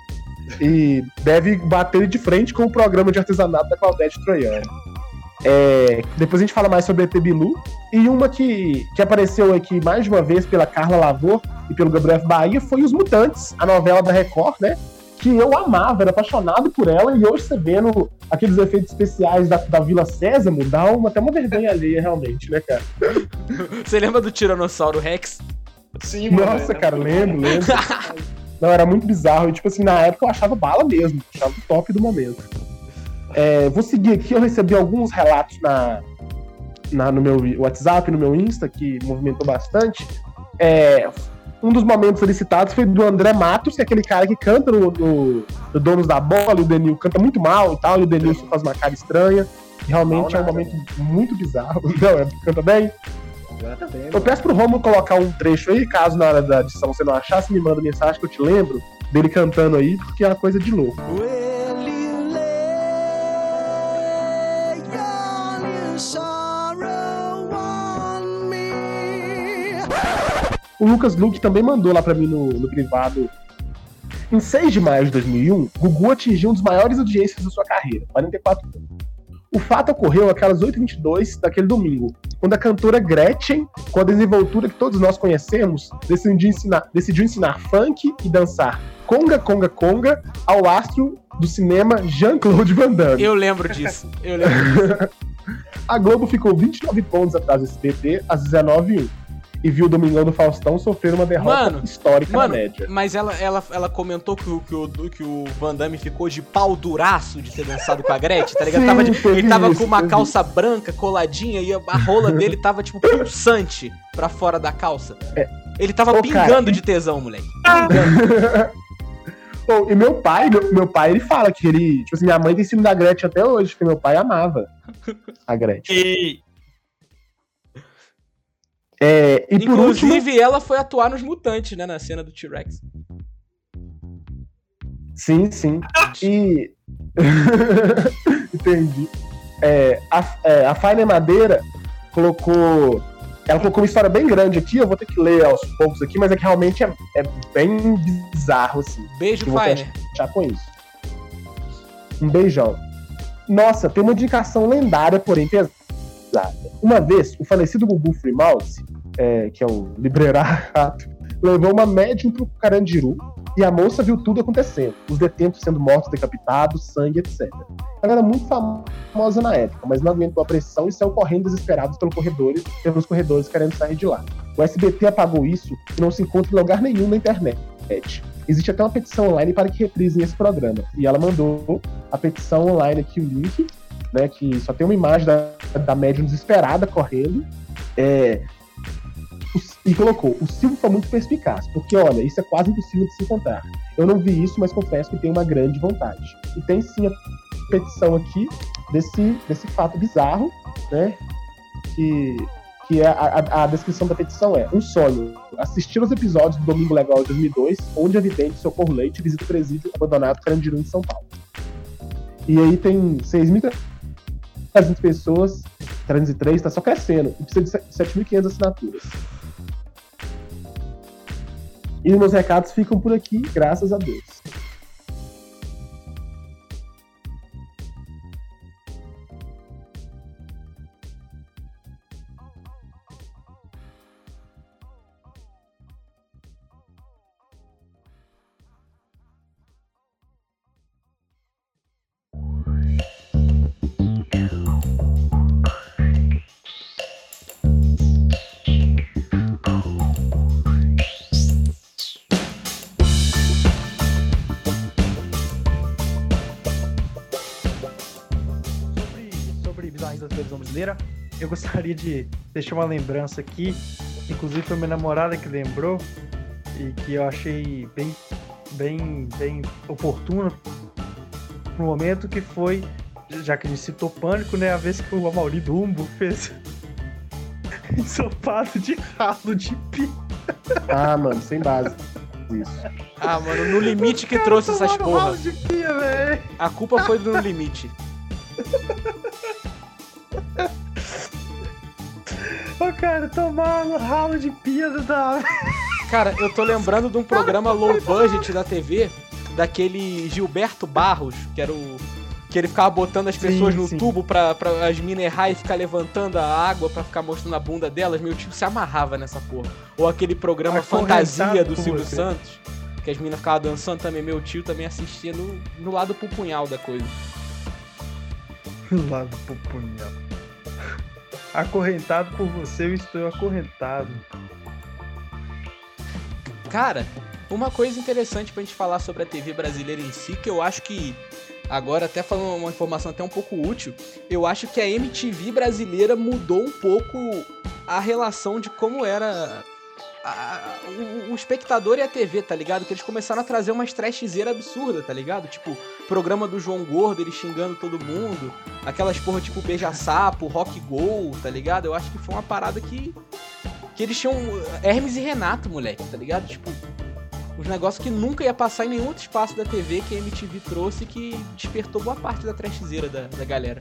E deve bater de frente com o programa de artesanato da Claudete Troiano. É, depois a gente fala mais sobre a E T Bilu. E uma que, que apareceu aqui mais de uma vez pela Carla Lavor e pelo Gabriel F. Bahia foi Os Mutantes, a novela da Record, né? Que eu amava, era apaixonado por ela, e hoje você vendo aqueles efeitos especiais da, da Vila Sésamo, dá uma, até uma vergonha alheia, realmente, né, cara? Você lembra do Tiranossauro Rex? Sim, mano. Nossa, né? cara, lembro, lembro. Não, era muito bizarro. E, tipo assim, na época eu achava bala mesmo. Achava o top do momento. É, vou seguir aqui. Eu recebi alguns relatos na, na, no meu WhatsApp, no meu Insta, que movimentou bastante. É, um dos momentos solicitados foi do André Matos, que é aquele cara que canta no, no, no Donos da Bola. E o Denil canta muito mal e tal. E o Denilson faz uma cara estranha. Realmente Não, é um nada. momento muito bizarro. Não, é, canta bem. Agora tá bem, Eu mano. peço pro Romulo colocar um trecho aí, caso na hora da edição você não achar, você me manda mensagem que eu te lembro dele cantando aí, porque é uma coisa de louco. Will you lay all your sorrow on me? O Lucas Luke também mandou lá pra mim no, no privado. Em seis de maio de dois mil e um, Gugu atingiu um dos maiores audiências da sua carreira, quarenta e quatro anos. O fato ocorreu àquelas oito e vinte e dois daquele domingo, quando a cantora Gretchen, com a desenvoltura que todos nós conhecemos, decidiu ensinar, decidiu ensinar funk e dançar conga, conga, conga ao astro do cinema Jean-Claude Van Damme. Eu lembro disso. Eu lembro disso. A Globo ficou vinte e nove pontos atrás do S B T às dezenove e um e viu o Domingão do Faustão sofrer uma derrota Mano, histórica Mano, na média. mas ela, ela, ela comentou que o, que, o, que o Van Damme ficou de pau duraço de ter dançado com a Gretchen, tá ligado? Sim, Tava de- teve ele tava isso, com uma teve calça branca, coladinha, e a, a rola dele tava, tipo, pulsante pra fora da calça. Ele tava Ô, pingando cara, de tesão, moleque. Pô, e meu pai, meu, meu pai, ele fala que ele. Tipo assim, minha mãe tem ciúme da Gretchen até hoje, porque meu pai amava a Gretchen. E É, e por último. Inclusive, ela foi atuar nos Mutantes, né? Na cena do T-Rex. Sim, sim. E. Entendi. É, a, é, a Faina Madeira colocou. Ela colocou uma história bem grande aqui, eu vou ter que ler aos poucos aqui, mas é que realmente é, é bem bizarro, assim. Beijo, Eu vou Fainer. fechar com isso. Um beijão. Nossa, tem uma indicação lendária, porém pesada. Uma vez, o falecido Gugu Freemouse, é, que é o libreirato, levou uma médium pro Carandiru e a moça viu tudo acontecendo. Os detentos sendo mortos, decapitados, sangue, etcétera. Ela era muito famosa na época, mas não aguentou a pressão e saiu correndo desesperados pelo corredores, pelos corredores querendo sair de lá. O S B T apagou isso e não se encontra em lugar nenhum na internet. Existe até uma petição online para que reprisem esse programa. E ela mandou a petição online aqui, o link, né, que só tem uma imagem da, da médium desesperada correndo. É, e colocou: o Silvio foi muito perspicaz, porque olha, isso é quase impossível de se encontrar. Eu não vi isso, mas confesso que tenho uma grande vontade. E tem sim a petição aqui desse, desse fato bizarro, né? Que, que é a, a, a descrição da petição é: um sonho, assistir aos episódios do Domingo Legal de dois mil e dois, onde a vidente Socorro Leite visita o presídio abandonado Carandiru em São Paulo. E aí tem seis mil e trezentas pessoas, trezentos e três, tá só crescendo, e precisa de sete mil e quinhentas assinaturas. E meus recados ficam por aqui, graças a Deus. Sobre, sobre bizarrices da televisão brasileira, eu gostaria de deixar uma lembrança aqui. Inclusive foi minha namorada que lembrou e que eu achei bem, bem, bem oportuno no momento, que foi, já que a gente citou Pânico, né, a vez que o Amaury Dumbo fez ensopado de ralo de pi. Ah, mano, sem base. Isso. Ah, mano, no limite que trouxe essas Tomando porra. ralo de pia, velho. A culpa foi do No Limite. Ô, cara, tomando ralo de pia da... Cara, eu tô lembrando de um programa low budget da T V, daquele Gilberto Barros, que era o... que ele ficava botando as pessoas Sim, no sim. tubo pra, pra as minas errar e ficar levantando a água pra ficar mostrando a bunda delas. Meu tio se amarrava nessa porra. Ou aquele programa Acorrentado Fantasia do com Silvio você. Santos, que as minas ficavam dançando também. Meu tio também assistia no, no lado pupunhal da coisa. Lado pro punhal. Acorrentado por você, eu estou acorrentado. Cara, uma coisa interessante pra gente falar sobre a T V brasileira em si, que eu acho que, agora até falando uma informação até um pouco útil, eu acho que a M T V brasileira mudou um pouco a relação de como era a, a, o, o espectador e a T V, tá ligado? Que eles começaram a trazer umas trashzeira absurda, tá ligado? Tipo, programa do João Gordo, ele xingando todo mundo, aquelas porra tipo Beija-Sapo, Rock Go, tá ligado? Eu acho que foi uma parada que que eles tinham Hermes e Renato, moleque, tá ligado? Tipo, os negócios que nunca ia passar em nenhum outro espaço da T V que a M T V trouxe, que despertou boa parte da trashzeira da, da galera.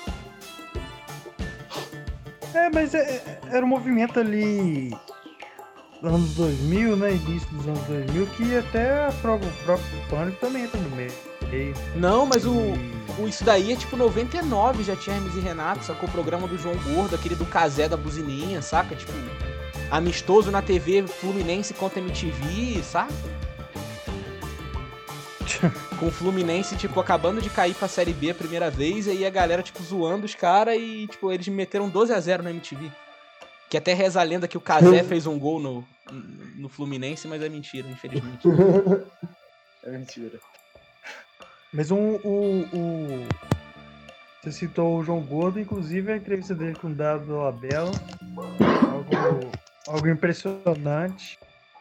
É, mas é, era um movimento ali anos dois mil, né? Início dos anos dois mil, que até o próprio, o próprio Pânico também entra no meio. Não, mas o, o isso daí é tipo noventa e nove, já tinha Hermes e Renato, sacou? O programa do João Gordo, aquele do Cazé da buzininha, saca? Tipo, amistoso na T V Fluminense contra M T V, saca? Com o Fluminense, tipo, acabando de cair pra Série B a primeira vez, e aí a galera, tipo, zoando os caras e, tipo, eles meteram doze a zero na M T V. Que até reza a lenda que o Cazé fez um gol no, no Fluminense, mas é mentira, infelizmente. É mentira. Mas um, o, o... Você citou o João Gordo, inclusive a entrevista dele com o Dado Dolabella. Algo, algo impressionante.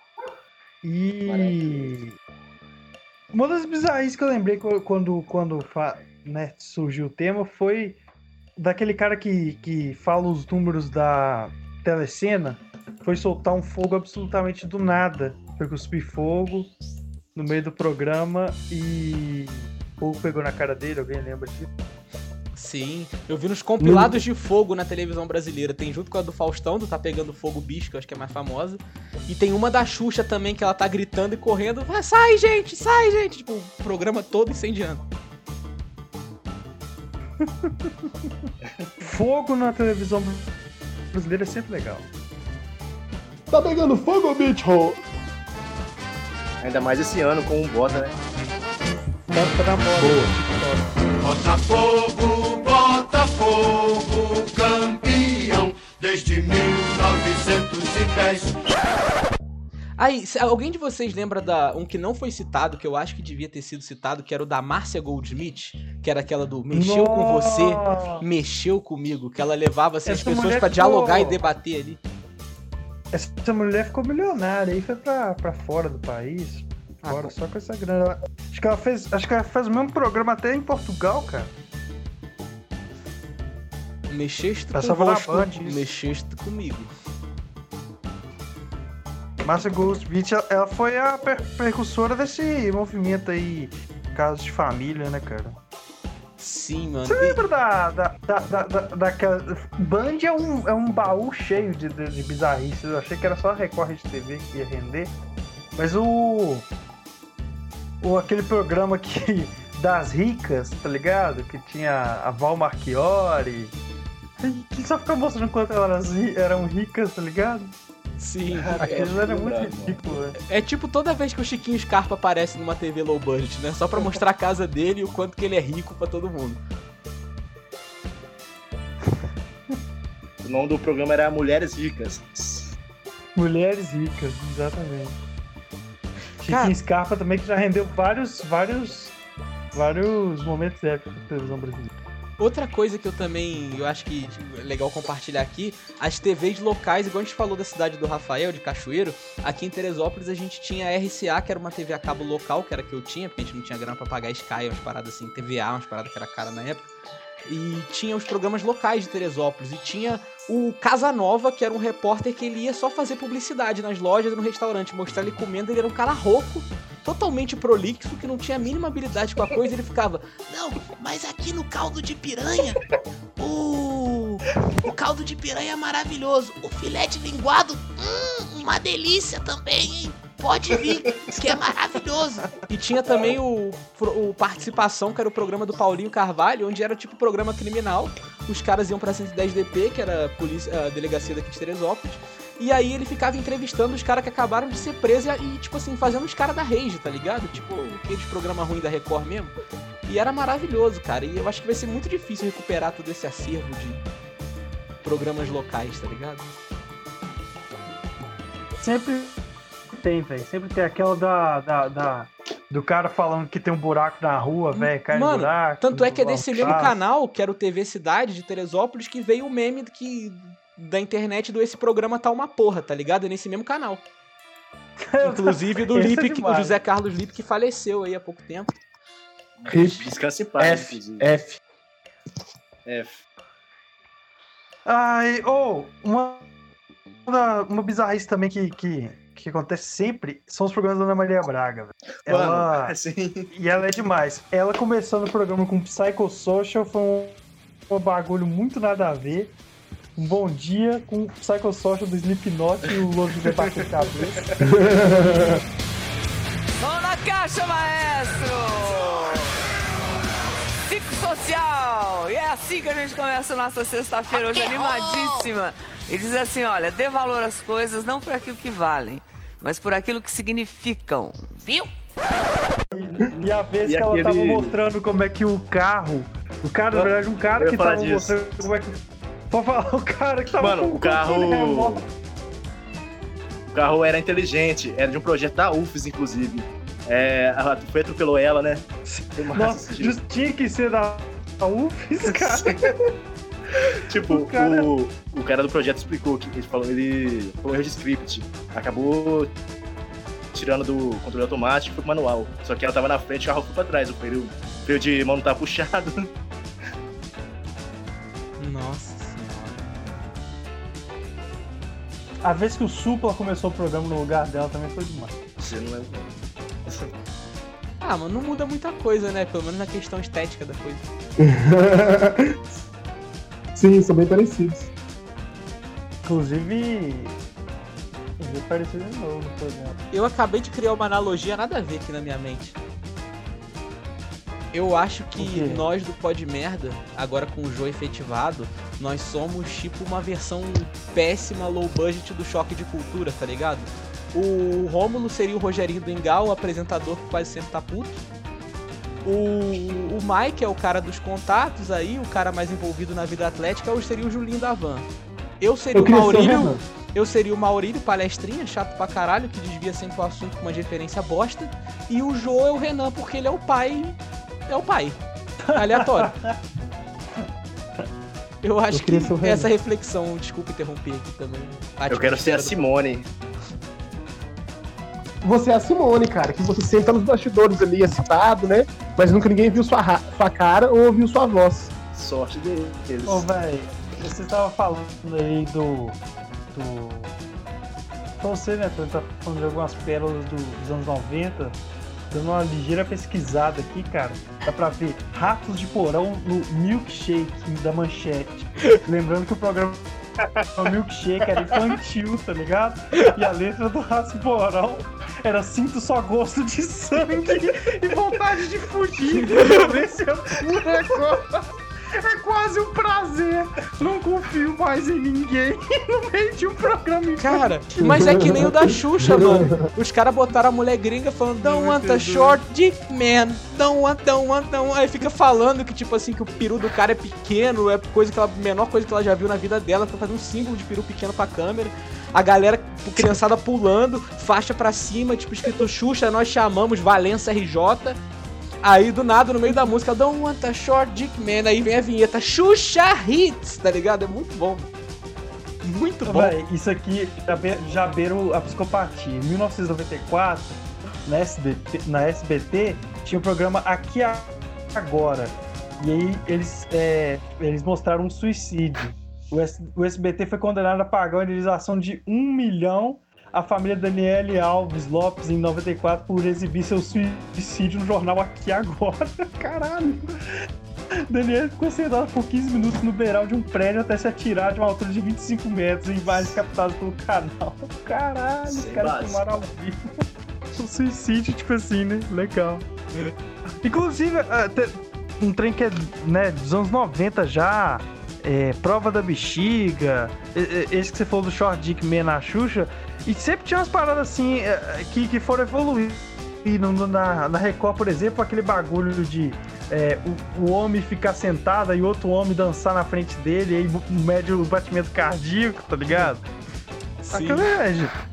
E... Uma das bizarrices que eu lembrei quando, quando né, surgiu o tema foi daquele cara que, que fala os números da telecena, foi soltar um fogo absolutamente do nada. Foi cuspir fogo no meio do programa e o fogo pegou na cara dele, alguém lembra disso? Sim, eu vi nos compilados de fogo na televisão brasileira. Tem junto com a do Faustão, do Tá Pegando Fogo Bicho, que eu acho que é mais famosa. E tem uma da Xuxa também, que ela tá gritando e correndo. Vai, sai, gente, sai, gente! Tipo, o programa todo incendiando. Fogo na televisão brasileira é sempre legal. Tá pegando fogo, bicho? Ainda mais esse ano com o Bota, né? Bota na moda. Botafogo, Botafogo, campeão desde mil novecentos e dez. Aí, se alguém de vocês lembra da um que não foi citado, que eu acho que devia ter sido citado, que era o da Márcia Goldsmith, que era aquela do mexeu Nossa. com você, mexeu comigo, que ela levava assim, as Essa pessoas mulher pra ficou- dialogar e debater ali. Essa mulher ficou milionária, aí foi pra, pra fora do país. Fora, Ah, só com essa grana. Ela- Acho que ela fez. Acho que ela fez o mesmo programa até em Portugal, cara. Mexeste Passava na convosco, Band isso. mexeste comigo. Márcia Goldsmith, ela- ela foi a per- precursora desse movimento aí, casos de família, né, cara? Sim, mano. Você E- lembra da, da, da, da, da, daquela... Band é um, é um baú cheio de, de, de bizarrices. Eu achei que era só a Record de T V que ia render. Mas o... o aquele programa que... das ricas, tá ligado? Que tinha a Val Marchiori. Que só ficava mostrando quanto elas ri- eram ricas, tá ligado? Sim, Aquilo era muito lembrava. ridículo, né? é tipo toda vez que o Chiquinho Scarpa aparece numa T V low budget, né? Só pra mostrar a casa dele e o quanto que ele é rico pra todo mundo. O nome do programa era Mulheres Ricas. Mulheres ricas, exatamente. Cara- Chiquinho Scarpa também, que já rendeu vários, vários, vários momentos épicos da televisão brasileira. Outra coisa que eu também, eu acho que tipo, é legal compartilhar aqui, as T Vs locais, igual a gente falou da cidade do Rafael, de Cachoeiro, aqui em Teresópolis a gente tinha a R C A, que era uma T V a cabo local, que era a que eu tinha, porque a gente não tinha grana pra pagar Sky, umas paradas assim, T V A, umas paradas que era cara na época. E tinha os programas locais de Teresópolis, e tinha o Casanova, que era um repórter que ele ia só fazer publicidade nas lojas e no restaurante, mostrar ele comendo, ele era um cara rouco, totalmente prolixo, que não tinha a mínima habilidade com a coisa, e ele ficava, não, mas aqui no caldo de piranha, o, o caldo de piranha é maravilhoso, o filé de linguado, hum, uma delícia também, hein? Pode vir, que é maravilhoso. E tinha também o, o Participação, que era o programa do Paulinho Carvalho, onde era tipo programa criminal. Os caras iam pra cento e dez D P, que era a, polícia, a delegacia daqui de Teresópolis. E aí ele ficava entrevistando os caras que acabaram de ser presos e, tipo assim, fazendo os caras da rage, tá ligado? Tipo, aqueles programas ruins da Record mesmo. E era maravilhoso, cara. E eu acho que vai ser muito difícil recuperar todo esse acervo de programas locais, tá ligado? Sempre tem, velho. Sempre tem aquela da, da, da- do cara falando que tem um buraco na rua, velho, cai no Mano, buraco. tanto é que é não desse faz. mesmo canal, que era o T V Cidade de Teresópolis, que veio o meme que, da internet do Esse Programa Tá Uma Porra, tá ligado? É nesse mesmo canal. Inclusive do Esse é Lipe, que- o demais. José Carlos Lipe, que faleceu aí há pouco tempo. Descanse em paz, F, inclusive. F. F. Ai, ou, uma, uma, uma bizarrice também que, que, que acontece sempre são os programas da Ana Maria Braga, velho. Ela, Mano, assim, e ela é demais. Ela começando o programa com Psychosocial foi um, um bagulho muito nada a ver. Um bom dia com Psychosocial do Slipknot e o Louro de Debater Cabeça. Mão na caixa, maestro! Psicossocial! E é assim que a gente começa a nossa sexta-feira hoje animadíssima. E diz assim, olha, dê valor às coisas não por aquilo que valem, mas por aquilo que significam. Viu? E a vez E que ela aquele- tava mostrando como é que o carro... O cara, na verdade, um cara Eu ia que falar tava disso. mostrando como é que... Pode falar, o cara que tava Mano, com o carro- controle remoto. o carro era inteligente, era de um projeto da U F S, inclusive. É, a foi atropelou ela, né? Foi massa Nossa, esse dia. just tinha que ser da da U F S, cara. Tipo, o cara- o, o cara do projeto explicou que ele falou, ele foi um erro de script. Acabou tirando do controle automático e foi pro manual. Só que ela tava na frente e o carro foi pra trás. O freio, o freio de mão não tava puxado. Nossa senhora. A vez que o Supla começou o programa no lugar dela também foi demais. Você não lembra? Ah, mas não muda muita coisa, né? Pelo menos na questão estética da coisa. Sim, são bem parecidos. Inclusive, ele apareceu de novo no programa. Eu acabei de criar uma analogia nada a ver aqui na minha mente. Eu acho O que quê? nós do Pod Merda, agora com o Jô efetivado, nós somos tipo uma versão péssima, low budget do Choque de Cultura, tá ligado? O Rômulo seria o Rogerinho do Engal, o apresentador que quase sempre tá puto. O, o Mike é o cara dos contatos aí, o cara mais envolvido na vida atlética, eu seria o Julinho da Van. Eu seria Eu o queria ser o Maurílio. Renan. Eu seria o Maurílio, palestrinha, chato pra caralho, que desvia sempre o assunto com uma referência bosta. E o Jô é o Renan, porque ele é o pai. É o pai. Aleatório. Eu acho Eu que queria ser o Renan. essa reflexão, desculpa interromper aqui também. Eu quero ser a Simone. Você é a Simone, cara, que você senta nos bastidores ali, excitado, né? Mas nunca ninguém viu sua, ra- sua cara ou ouviu sua voz. Sorte deles. Ô, velho, você tava falando aí do. do. Pra você, né? Você tá falando de algumas pérolas do- dos anos noventa. Dando uma ligeira pesquisada aqui, cara. Dá pra ver Ratos de Porão no Milkshake da Manchete. Lembrando que o programa. O Milkshake era infantil, tá ligado? E a letra do Ratos de Porão era sinto só gosto de sangue e vontade de fugir. Esse é puro negócio. É quase um prazer. Não confio mais em ninguém no meio de um programa infantil. Cara, mas é que nem o da Xuxa, mano. Os caras botaram a mulher gringa falando Don't want a short dick man. Don't want, don't want, don't want. Aí fica falando que, tipo assim, que o peru do cara é pequeno, é coisa que ela, menor coisa que ela já viu na vida dela. Pra fazer um símbolo de peru pequeno pra câmera. A galera, criançada pulando, faixa pra cima, tipo, escrito Xuxa, nós chamamos Valença R J. Aí, do nada, no meio da música, Don't want a short dick man. Aí vem a vinheta Xuxa Hits, tá ligado? É muito bom. Muito bom. Véi, isso aqui já, be já beira a psicopatia. Em mil novecentos e noventa e quatro, na S B T, na S B T, tinha o programa Aqui Agora. E aí eles, é, eles mostraram um suicídio. O, S o S B T foi condenado a pagar uma indenização de um milhão à família Daniele Alves Lopes em noventa e quatro por exibir seu suicídio no jornal Aqui Agora. Caralho! Daniel ficou sentado por quinze minutos no beiral de um prédio até se atirar de uma altura de vinte e cinco metros em imagens captadas pelo canal. Caralho, os Sem caras base. filmaram ao vivo. Um suicídio, tipo assim, né? Legal. Inclusive, ah, te- um trem que é, né, dos anos noventa já, é, Prova da Bexiga, e- e- esse que você falou do Short Dick Man na Xuxa, e sempre tinha umas paradas assim, é, que, que foram evoluindo. E no- no- na, na Record, por exemplo, aquele bagulho de é, o, o homem ficar sentado e outro homem dançar na frente dele, e aí mede o batimento cardíaco, tá ligado? Sim. Aquilo é, gente.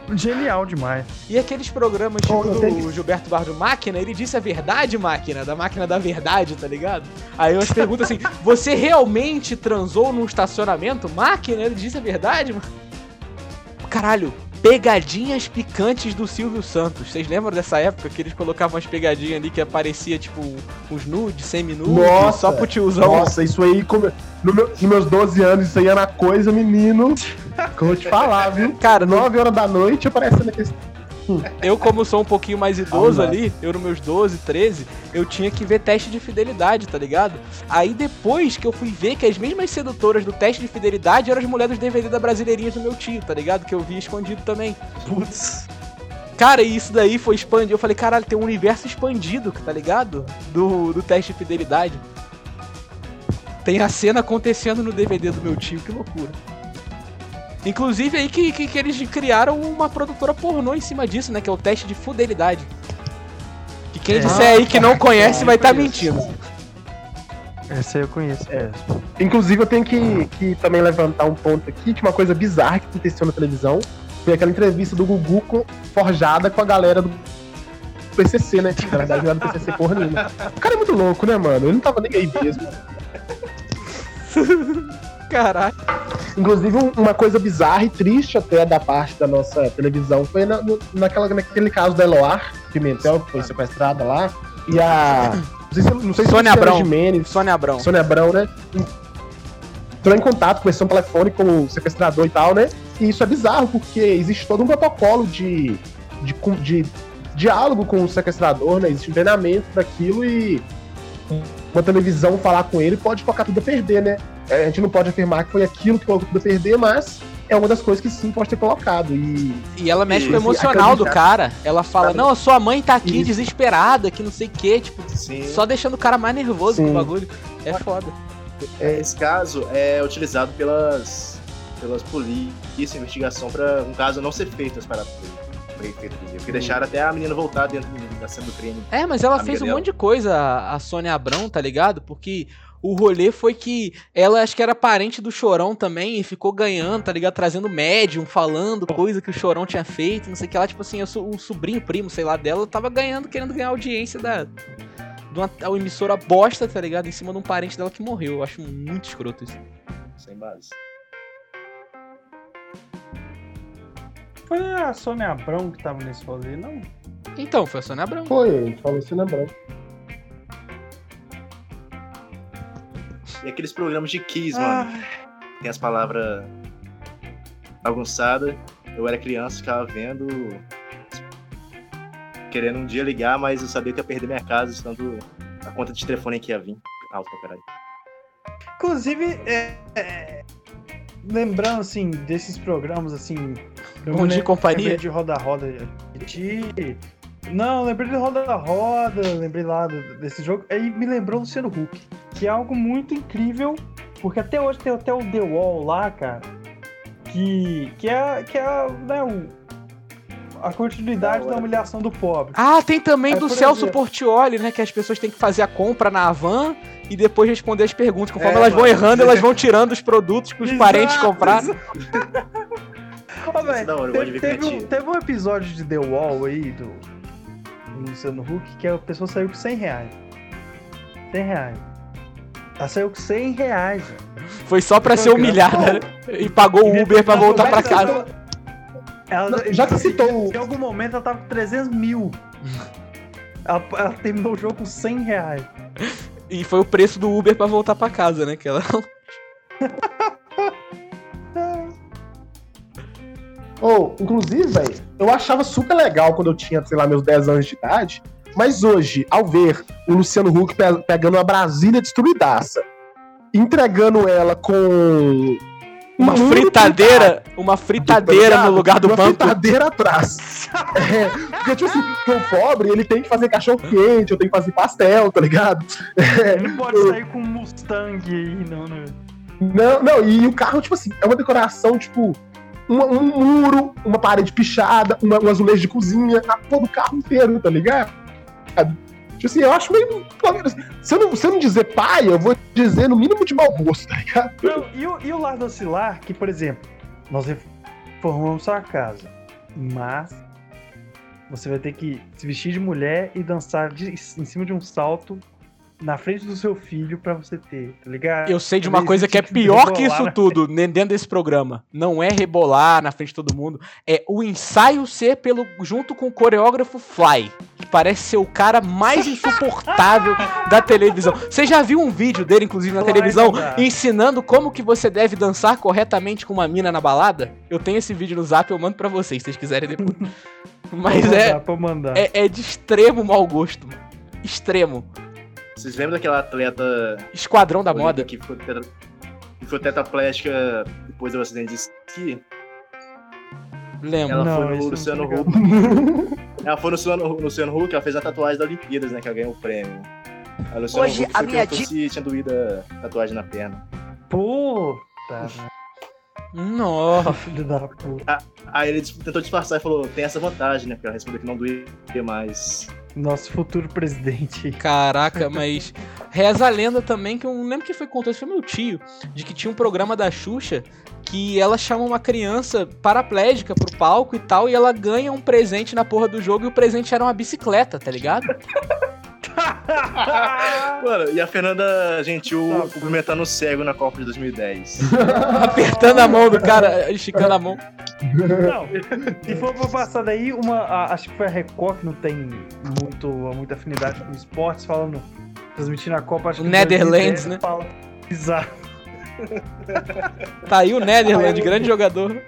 Genial demais. E aqueles programas tipo Oh, eu do tenho- Gilberto Barros do Máquina, ele disse a verdade, Máquina, da Máquina da Verdade, tá ligado? Aí umas perguntas assim, você realmente transou num estacionamento? Máquina, ele disse a verdade, mano? Caralho, pegadinhas picantes do Silvio Santos. Vocês lembram dessa época que eles colocavam umas pegadinhas ali que aparecia, tipo, uns nudes, semi-nudes, Nossa, só pro tiozão? Nossa, isso aí, como- no meu- nos meus doze anos, isso aí era coisa, menino. Que eu vou te falar, viu? Cara, no- nove horas da noite aparecendo aquele. Eu, como sou um pouquinho mais idoso Ah, não. ali, eu nos meus doze, treze, eu tinha que ver teste de fidelidade, tá ligado? Aí depois que eu fui ver que as mesmas sedutoras do teste de fidelidade eram as mulheres dos D V D da Brasileirinhas do meu tio, tá ligado? Que eu vi escondido também. Putz. Cara, e isso daí foi expandido. Eu falei, caralho, tem um universo expandido, tá ligado? Do, do teste de fidelidade. Tem a cena acontecendo no D V D do meu tio, que loucura. Inclusive aí que, que, que eles criaram uma produtora pornô em cima disso, né? Que é o teste de fidelidade. Que quem É. disser aí que não conhece vai estar tá mentindo. Esse aí eu conheço. É. Inclusive, eu tenho que, que também levantar um ponto aqui, que uma coisa bizarra que aconteceu na televisão foi aquela entrevista do Gugu com, forjada com a galera do P C C, né? Na verdade, não era do P C C porra nenhuma. O cara é muito louco, né, mano? Ele não tava nem aí mesmo. Caralho. Inclusive, um- uma coisa bizarra e triste até da parte da nossa televisão foi na, no- naquela, naquele caso da Eloar Pimentel, que foi sequestrada lá, e a... Não sei se, não sei se Sônia Luciana Abrão. Gimenez, Sônia Abrão. Sônia Abrão, né? Entrou em contato, conversou no telefone com o sequestrador e tal, né? E isso é bizarro, porque existe todo um protocolo de, de, com- de diálogo com o sequestrador, né? Existe um treinamento daquilo e uma televisão falar com ele pode colocar tudo a perder, né? É, a gente não pode afirmar que foi aquilo que colocou tudo a perder, mas é uma das coisas que sim pode ter colocado. E E ela mexe com o Isso, emocional do acreditar. cara. Ela fala, não, a sua mãe tá aqui Isso. desesperada, que não sei o que, tipo, Sim. só deixando o cara mais nervoso Sim. com o bagulho. É foda. Esse caso é utilizado pelas, pelas polícias, investigação, para um caso não ser feito as paradas. Foi feito, porque deixaram até a menina voltar dentro da cena do crime. É, mas ela Amiga fez um dela. monte de coisa, a a Sônia Abrão, tá ligado? Porque o rolê foi que ela acho que era parente do Chorão também e ficou ganhando, tá ligado? Trazendo médium, falando coisa que o Chorão tinha feito, não sei o que lá. Tipo assim, eu sou um sobrinho, primo, sei lá, dela, tava ganhando, querendo ganhar audiência da... de uma, uma emissora bosta, tá ligado? Em cima de um parente dela que morreu. Eu acho muito escroto isso. Sem base. Foi a Sônia Abrão que tava nesse rolê, não? Então, foi a Sônia Abrão. foi, a gente falou isso, lembrou. E aqueles programas de Kiss, mano. Tem as palavras bagunçadas. Eu era criança, ficava vendo. Querendo um dia ligar, mas eu sabia que ia perder minha casa, estando a conta de telefone que ia vir. Alto pra caralho. Inclusive, é, é, lembrando, assim, desses programas, assim... eu Bom me Dia e lem- Companhia? Lembrei de Roda Roda. De... Não, lembrei de Roda Roda, lembrei lá do- desse jogo. Aí me lembrou o Luciano Huck, que é algo muito incrível, porque até hoje tem até o The Wall lá, cara, que, que é, que é né, o, a continuidade da humilhação do pobre. Ah, tem também É, do por Celso exemplo. Portiolli, né? Que as pessoas têm que fazer a compra na van e depois responder as perguntas. Conforme É, elas vão mano. errando, elas vão tirando os produtos que os Exato, parentes compraram. Ô, Isso é véi, da hora, eu teve, gosto de ver teve um, criativo. teve um episódio de The Wall aí, do, do Luciano Huck, que a pessoa saiu com cem reais. cem reais. Ela saiu com cem reais, velho. Foi só pra ser humilhada, né? E pagou o Uber pra voltar pra casa. Ela, Já que citou o- Em algum momento ela tava com trezentos mil. Ela, ela terminou o jogo com cem reais. E foi o preço do Uber pra voltar pra casa, né? Que ela... Ou, inclusive, velho, eu achava super legal quando eu tinha, sei lá, meus dez anos de idade, mas hoje, ao ver o Luciano Huck pe- pegando uma Brasília destruidaça, entregando ela com Uma um fritadeira, uma fritadeira no lugar do uma banco. fritadeira atrás. É, porque, tipo assim, porque o pobre, ele tem que fazer cachorro quente, eu tenho que fazer pastel, tá ligado? É, Ele não pode sair com um Mustang aí, não, né? Não, não, e o carro, tipo assim, é uma decoração, tipo, uma- um muro, uma parede pichada, uma, um azulejo de cozinha, a porra do carro inteiro, tá ligado? Tipo assim, eu acho meio. Se eu não, se eu não dizer pai, eu vou dizer no mínimo de mau gosto, tá ligado? Não, e, o, e o lado oscilar, que, por exemplo, nós reformamos sua casa. mas você vai ter que se vestir de mulher e dançar de, em cima de um salto na frente do seu filho pra você ter, tá ligado? Eu sei de uma coisa que é pior que isso tudo dentro desse programa. Não é rebolar na frente de todo mundo. É o ensaio ser pelo, junto com o coreógrafo Fly, que parece ser o cara mais insuportável da televisão. Você já viu um vídeo dele, inclusive, na televisão, ensinando como que você deve dançar corretamente com uma mina na balada? Eu tenho esse vídeo no Zap, eu mando pra vocês, se vocês quiserem depois. Mas mandar, é, mandar. é, é de extremo mau gosto, mano. Extremo. Vocês lembram daquela atleta... Esquadrão da moda. Que foi, tetra... que foi tetraplégica depois do acidente de esqui? Lembro. Ela Não, foi no isso Luciano não Huck. Ela foi no Luciano, no Luciano Huck, ela fez a tatuagem da Olimpíadas, né? Que ela ganhou o prêmio. A Luciano Hoje, Huck a foi minha perguntou se tinha doído a tatuagem na perna. Puta, Nossa. filho da puta. Aí ele tentou disfarçar e falou, tem essa vantagem, né? Porque ela respondeu que não doía mais. Nosso futuro presidente. Caraca, mas reza a lenda também, que eu não lembro quem foi que contou, esse foi meu tio, de que tinha um programa da Xuxa que ela chama uma criança paraplégica pro palco e tal, e ela ganha um presente na porra do jogo, e o presente era uma bicicleta, tá ligado? Mano, e a Fernanda Gentil cumprimentando o cego na Copa de dois mil e dez. Apertando a mão do cara, esticando a mão. Não, se for pra passar daí, uma, a, acho que foi a Record, que não tem muito, muita afinidade com esportes, falando, transmitindo a Copa, acho que Netherlands, né? Fala, exato. Tá aí o Netherlands, grande jogador.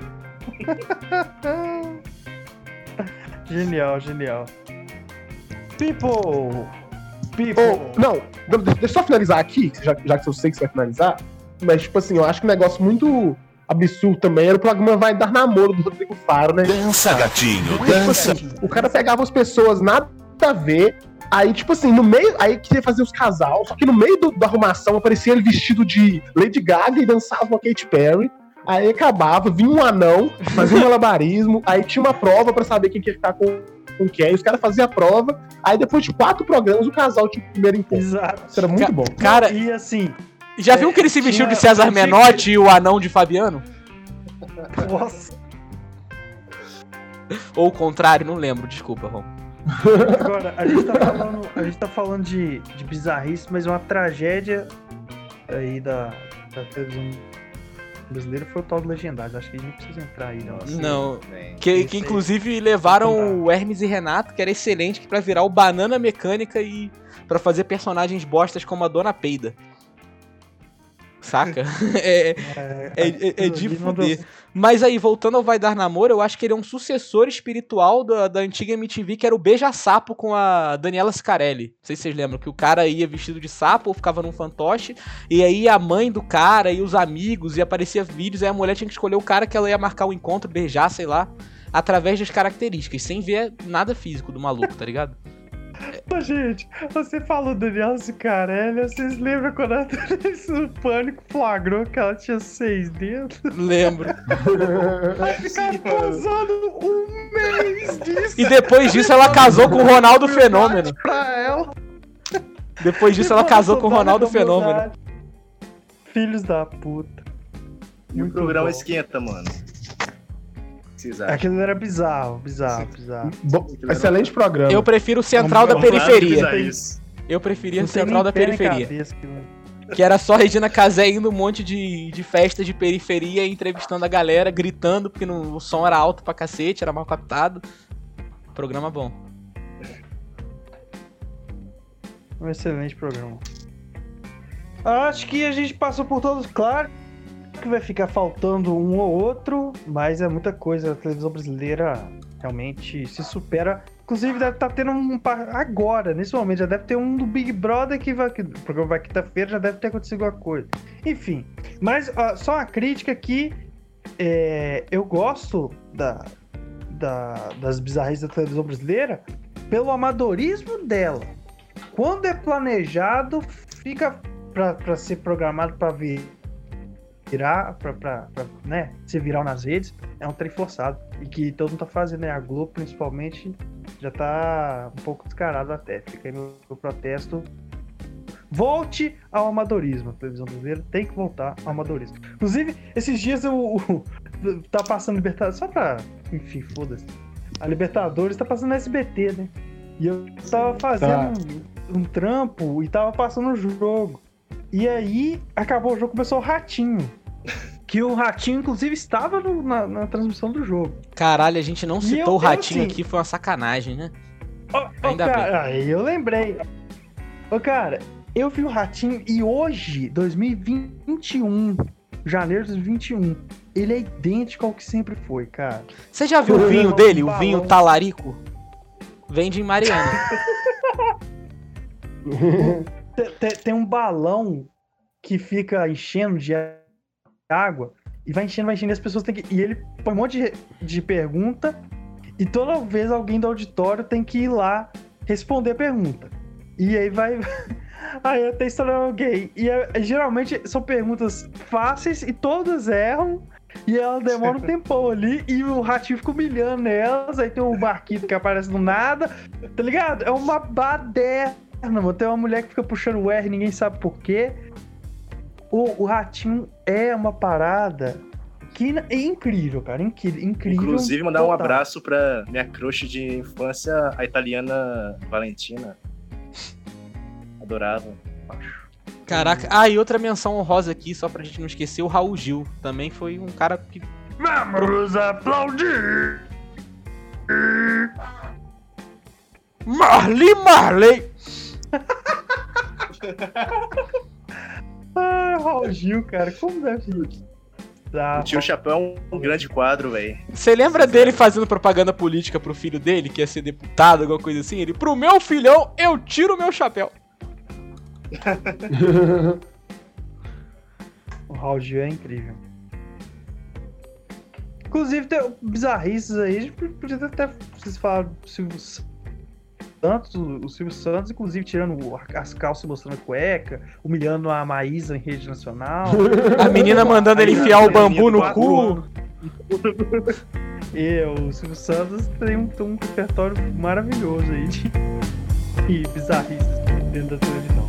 Genial, genial. People! People! Oh, não, deixa eu só finalizar aqui, já, já que eu sei que você vai finalizar, mas, tipo assim, eu acho que um negócio muito absurdo também era o programa Vai Dar Namoro do Rodrigo Faro, né? Dança, gatinho, Tipo dança. assim, o cara pegava as pessoas nada a ver, aí, tipo assim, no meio, aí queria fazer os casal, só que no meio do, da arrumação aparecia ele vestido de Lady Gaga e dançava com a Katy Perry. Aí acabava, vinha um anão, fazia um malabarismo, aí tinha uma prova pra saber quem que ia ficar com, com quem, os caras faziam a prova, aí depois de quatro programas o casal tinha o primeiro encontro. Exato. Isso era muito Ca- bom. Cara, E assim, já é, viu que ele se vestiu tinha- de César tinha- Menotti e o anão de Fabiano? nossa. Ou o contrário, não lembro, desculpa, Ron. Agora, a gente tá falando, a gente tá falando de, de bizarrice, mas uma tragédia aí da, da televisão brasileira foi o tal do Legendários. Acho que a gente não precisa entrar aí, não. Não, Bem, que, Isso que aí. inclusive levaram Não o Hermes e Renato, que era excelente, pra virar o Banana Mecânica e pra fazer personagens bostas como a Dona Peida. Saca? é, É, é, é, é de aquilo ali não deu- fuder. Mas aí, voltando ao Vai Dar Namoro, eu acho que ele é um sucessor espiritual da, da antiga M T V, que era o Beija-Sapo com a Daniela Scarelli. Não sei se vocês lembram, que o cara ia vestido de sapo ou ficava num fantoche, e aí a mãe do cara e os amigos, e aparecia vídeos, aí a mulher tinha que escolher o cara que ela ia marcar o encontro, beijar, sei lá, através das características, sem ver nada físico do maluco, tá ligado? Ô, gente, você falou Daniela Scarelli, vocês lembram quando a o Pânico flagrou que ela tinha seis dedos? Lembro. Aí ficaram posando um mês disso E depois disso ela casou com o Ronaldo Fenômeno. pra ela. Depois disso ela casou com o Ronaldo Fenômeno. Filhos da puta. E o Muito programa bom. esquenta, mano. O que vocês acham? Aquilo era bizarro, bizarro, bizarro. Bom, excelente programa. Eu prefiro o Central da Vamos lá, Periferia. pesquisar isso. Eu preferia Não o tem Central da nem pé nem Periferia. cabeça, aquilo. Que era só Regina Casé indo um monte de, de festas de periferia, entrevistando a galera, gritando, porque no, o som era alto pra cacete, era mal captado. Programa bom. Um excelente programa. Acho que a gente passou por todos, claro que vai ficar faltando um ou outro, mas é muita coisa. A televisão brasileira realmente se supera. Inclusive deve estar tendo um pa- agora, nesse momento, já deve ter um do Big Brother que vai. Que, o programa vai quinta-feira, já deve ter acontecido alguma coisa. Enfim, mas ó, só uma crítica que é, eu gosto da, da, das bizarrices da televisão brasileira pelo amadorismo dela. Quando é planejado, fica pra, pra ser programado pra vir, virar, pra, pra, pra né, ser viral nas redes, é um trem forçado. E que todo mundo tá fazendo, né? A Globo, principalmente, já tá um pouco descarado até. Fica aí meu, meu protesto. Volte ao amadorismo. A televisão brasileira tem que voltar ao amadorismo. Inclusive, esses dias eu, tá passando Libertadores, só pra... Enfim, foda-se. A Libertadores tá passando no S B T, né? E eu tava fazendo tá. um, um trampo e tava passando o jogo. E aí, acabou o jogo, começou o Ratinho. Que o Ratinho, inclusive, estava no, na, na transmissão do jogo. Caralho, a gente não citou eu, o Ratinho assim, aqui, foi uma sacanagem, né? Ô, Ainda ô, cara, bem. Aí eu lembrei. Ô, cara, eu vi o Ratinho e hoje, dois mil e vinte e um, janeiro de dois mil e vinte e um, ele é idêntico ao que sempre foi, cara. Você já viu o vinho dele, o vinho talarico? Vende em Mariana. tem, tem um balão que fica enchendo de água e vai enchendo, vai enchendo e as pessoas têm que... E ele põe um monte de, de pergunta e toda vez alguém do auditório tem que ir lá responder a pergunta. E aí vai... Aí até estourar alguém. E é, geralmente são perguntas fáceis e todas erram. E ela demora um tempão ali e o Ratinho fica humilhando elas. Aí tem o Barquito que aparece do nada. Tá ligado? É uma baderna, mano. Tem uma mulher que fica puxando o R e ninguém sabe por quê. O, o Ratinho é uma parada que é incrível, cara. Incrível. incrível Inclusive, mandar total. um abraço pra minha crush de infância, a italiana Valentina. Adorava. Caraca. Ah, e outra menção honrosa aqui, só pra gente não esquecer, o Raul Gil. Também foi um cara que... Vamos aplaudir! Marli Marley! Ah, Raul Gil, cara, como deve ser? O Tio Chapéu é um grande quadro, velho. Você lembra dele fazendo propaganda política pro filho dele, que ia ser deputado, alguma coisa assim? Ele, pro meu filhão, eu tiro o meu chapéu. O Raul Gil é incrível. Inclusive, tem bizarrices aí. A gente podia até vocês falaram do Silvio Santos, o Silvio Santos, inclusive, tirando as calças, mostrando a cueca, humilhando a Maísa em rede nacional. A menina mandando ele enfiar o bambu no cu. E o Silvio Santos tem um, tem um repertório maravilhoso aí de, de bizarrices dentro da televisão.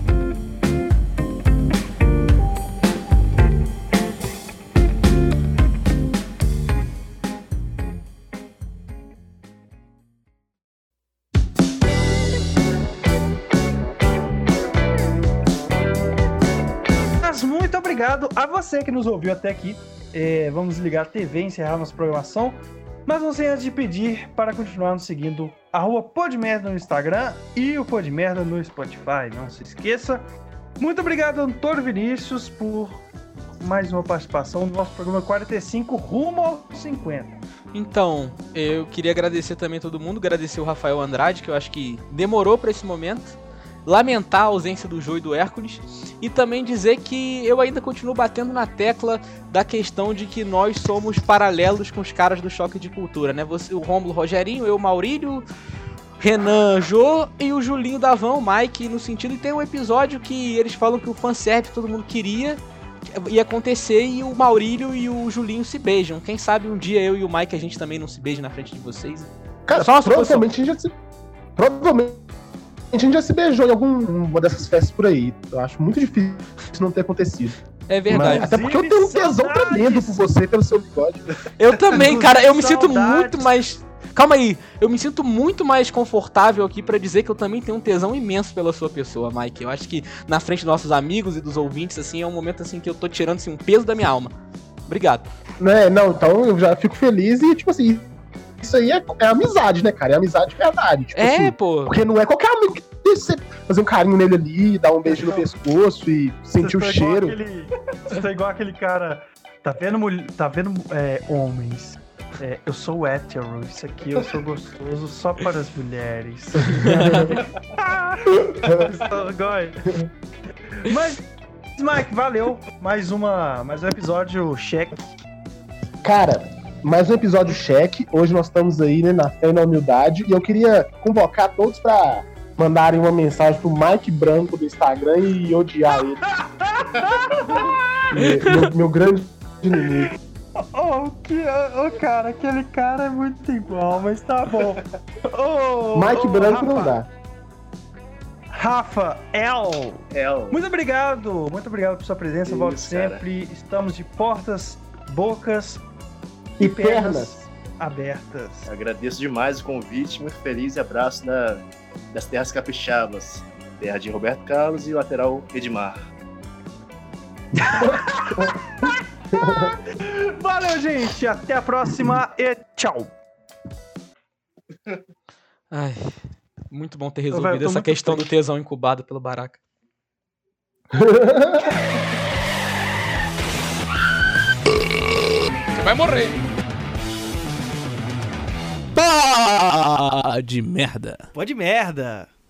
Muito obrigado a você que nos ouviu até aqui. É, vamos ligar a T V, encerrar nossa programação. Mas não sei antes de pedir para continuar nos seguindo arroba Podmerda no Instagram e o Podmerda no Spotify. Não se esqueça. Muito obrigado, Antônio Vinícius, por mais uma participação no nosso programa quarenta e cinco rumo aos cinquenta. Então, eu queria agradecer também a todo mundo, agradecer o Rafael Andrade, que eu acho que demorou para esse momento. Lamentar a ausência do Jô e do Hércules e também dizer que eu ainda continuo batendo na tecla da questão de que nós somos paralelos com os caras do Choque de Cultura, né? Você, o Rômulo Rogerinho, eu, Maurílio, Renan, Jô e o Julinho Davão, o Mike, no sentido, e tem um episódio que eles falam que o fanservice todo mundo queria ia acontecer e o Maurílio e o Julinho se beijam. Quem sabe um dia eu e o Mike a gente também não se beije na frente de vocês. Cara, só uma provavelmente a gente já se... Provavelmente a gente já se beijou em alguma dessas festas por aí. Eu acho muito difícil isso não ter acontecido. É verdade. Mas, até porque eu tenho um tesão tremendo por você, pelo seu bigode. Eu também, cara. Eu me sinto muito mais... Calma aí. Eu me sinto muito mais confortável aqui pra dizer que eu também tenho um tesão imenso pela sua pessoa, Mike. Eu acho que na frente dos nossos amigos e dos ouvintes, assim, é um momento assim que eu tô tirando assim, um peso da minha alma. Obrigado. É, não, então eu já fico feliz e, tipo assim... Isso aí é, é amizade, né, cara? É amizade de verdade. Tipo é, assim, pô. Porque não é qualquer amigo que você fazer um carinho nele ali, dar um beijo no pescoço e sentir o cheiro. Aquele, você tá igual aquele cara. Tá vendo, tá vendo é, homens? É, eu sou hétero, isso aqui eu sou gostoso só para as mulheres. Mas, Mike, valeu. Mais, uma, mais um episódio cheque. Cara. Mais um episódio cheque. Hoje nós estamos aí, né, na fé e na humildade. E eu queria convocar todos pra mandarem uma mensagem pro Mike Branco do Instagram e odiar ele. meu, meu grande inimigo. Oh, que, oh, cara, aquele cara é muito igual, mas tá bom. Oh, Mike oh, Branco Rafa. não dá. Rafa L. L. Muito obrigado. Muito obrigado por sua presença. Isso, Volte sempre. Estamos de portas, bocas E pernas abertas. Agradeço demais o convite, muito feliz e abraço da, das terras capixabas. Terra de Roberto Carlos e lateral Edmar. Valeu, gente. Até a próxima e tchau. Ai, muito bom ter Vai, eu resolvido tô essa muito questão triste. do tesão incubado pelo Baraka. Você vai morrer. Pá de merda. Pode merda.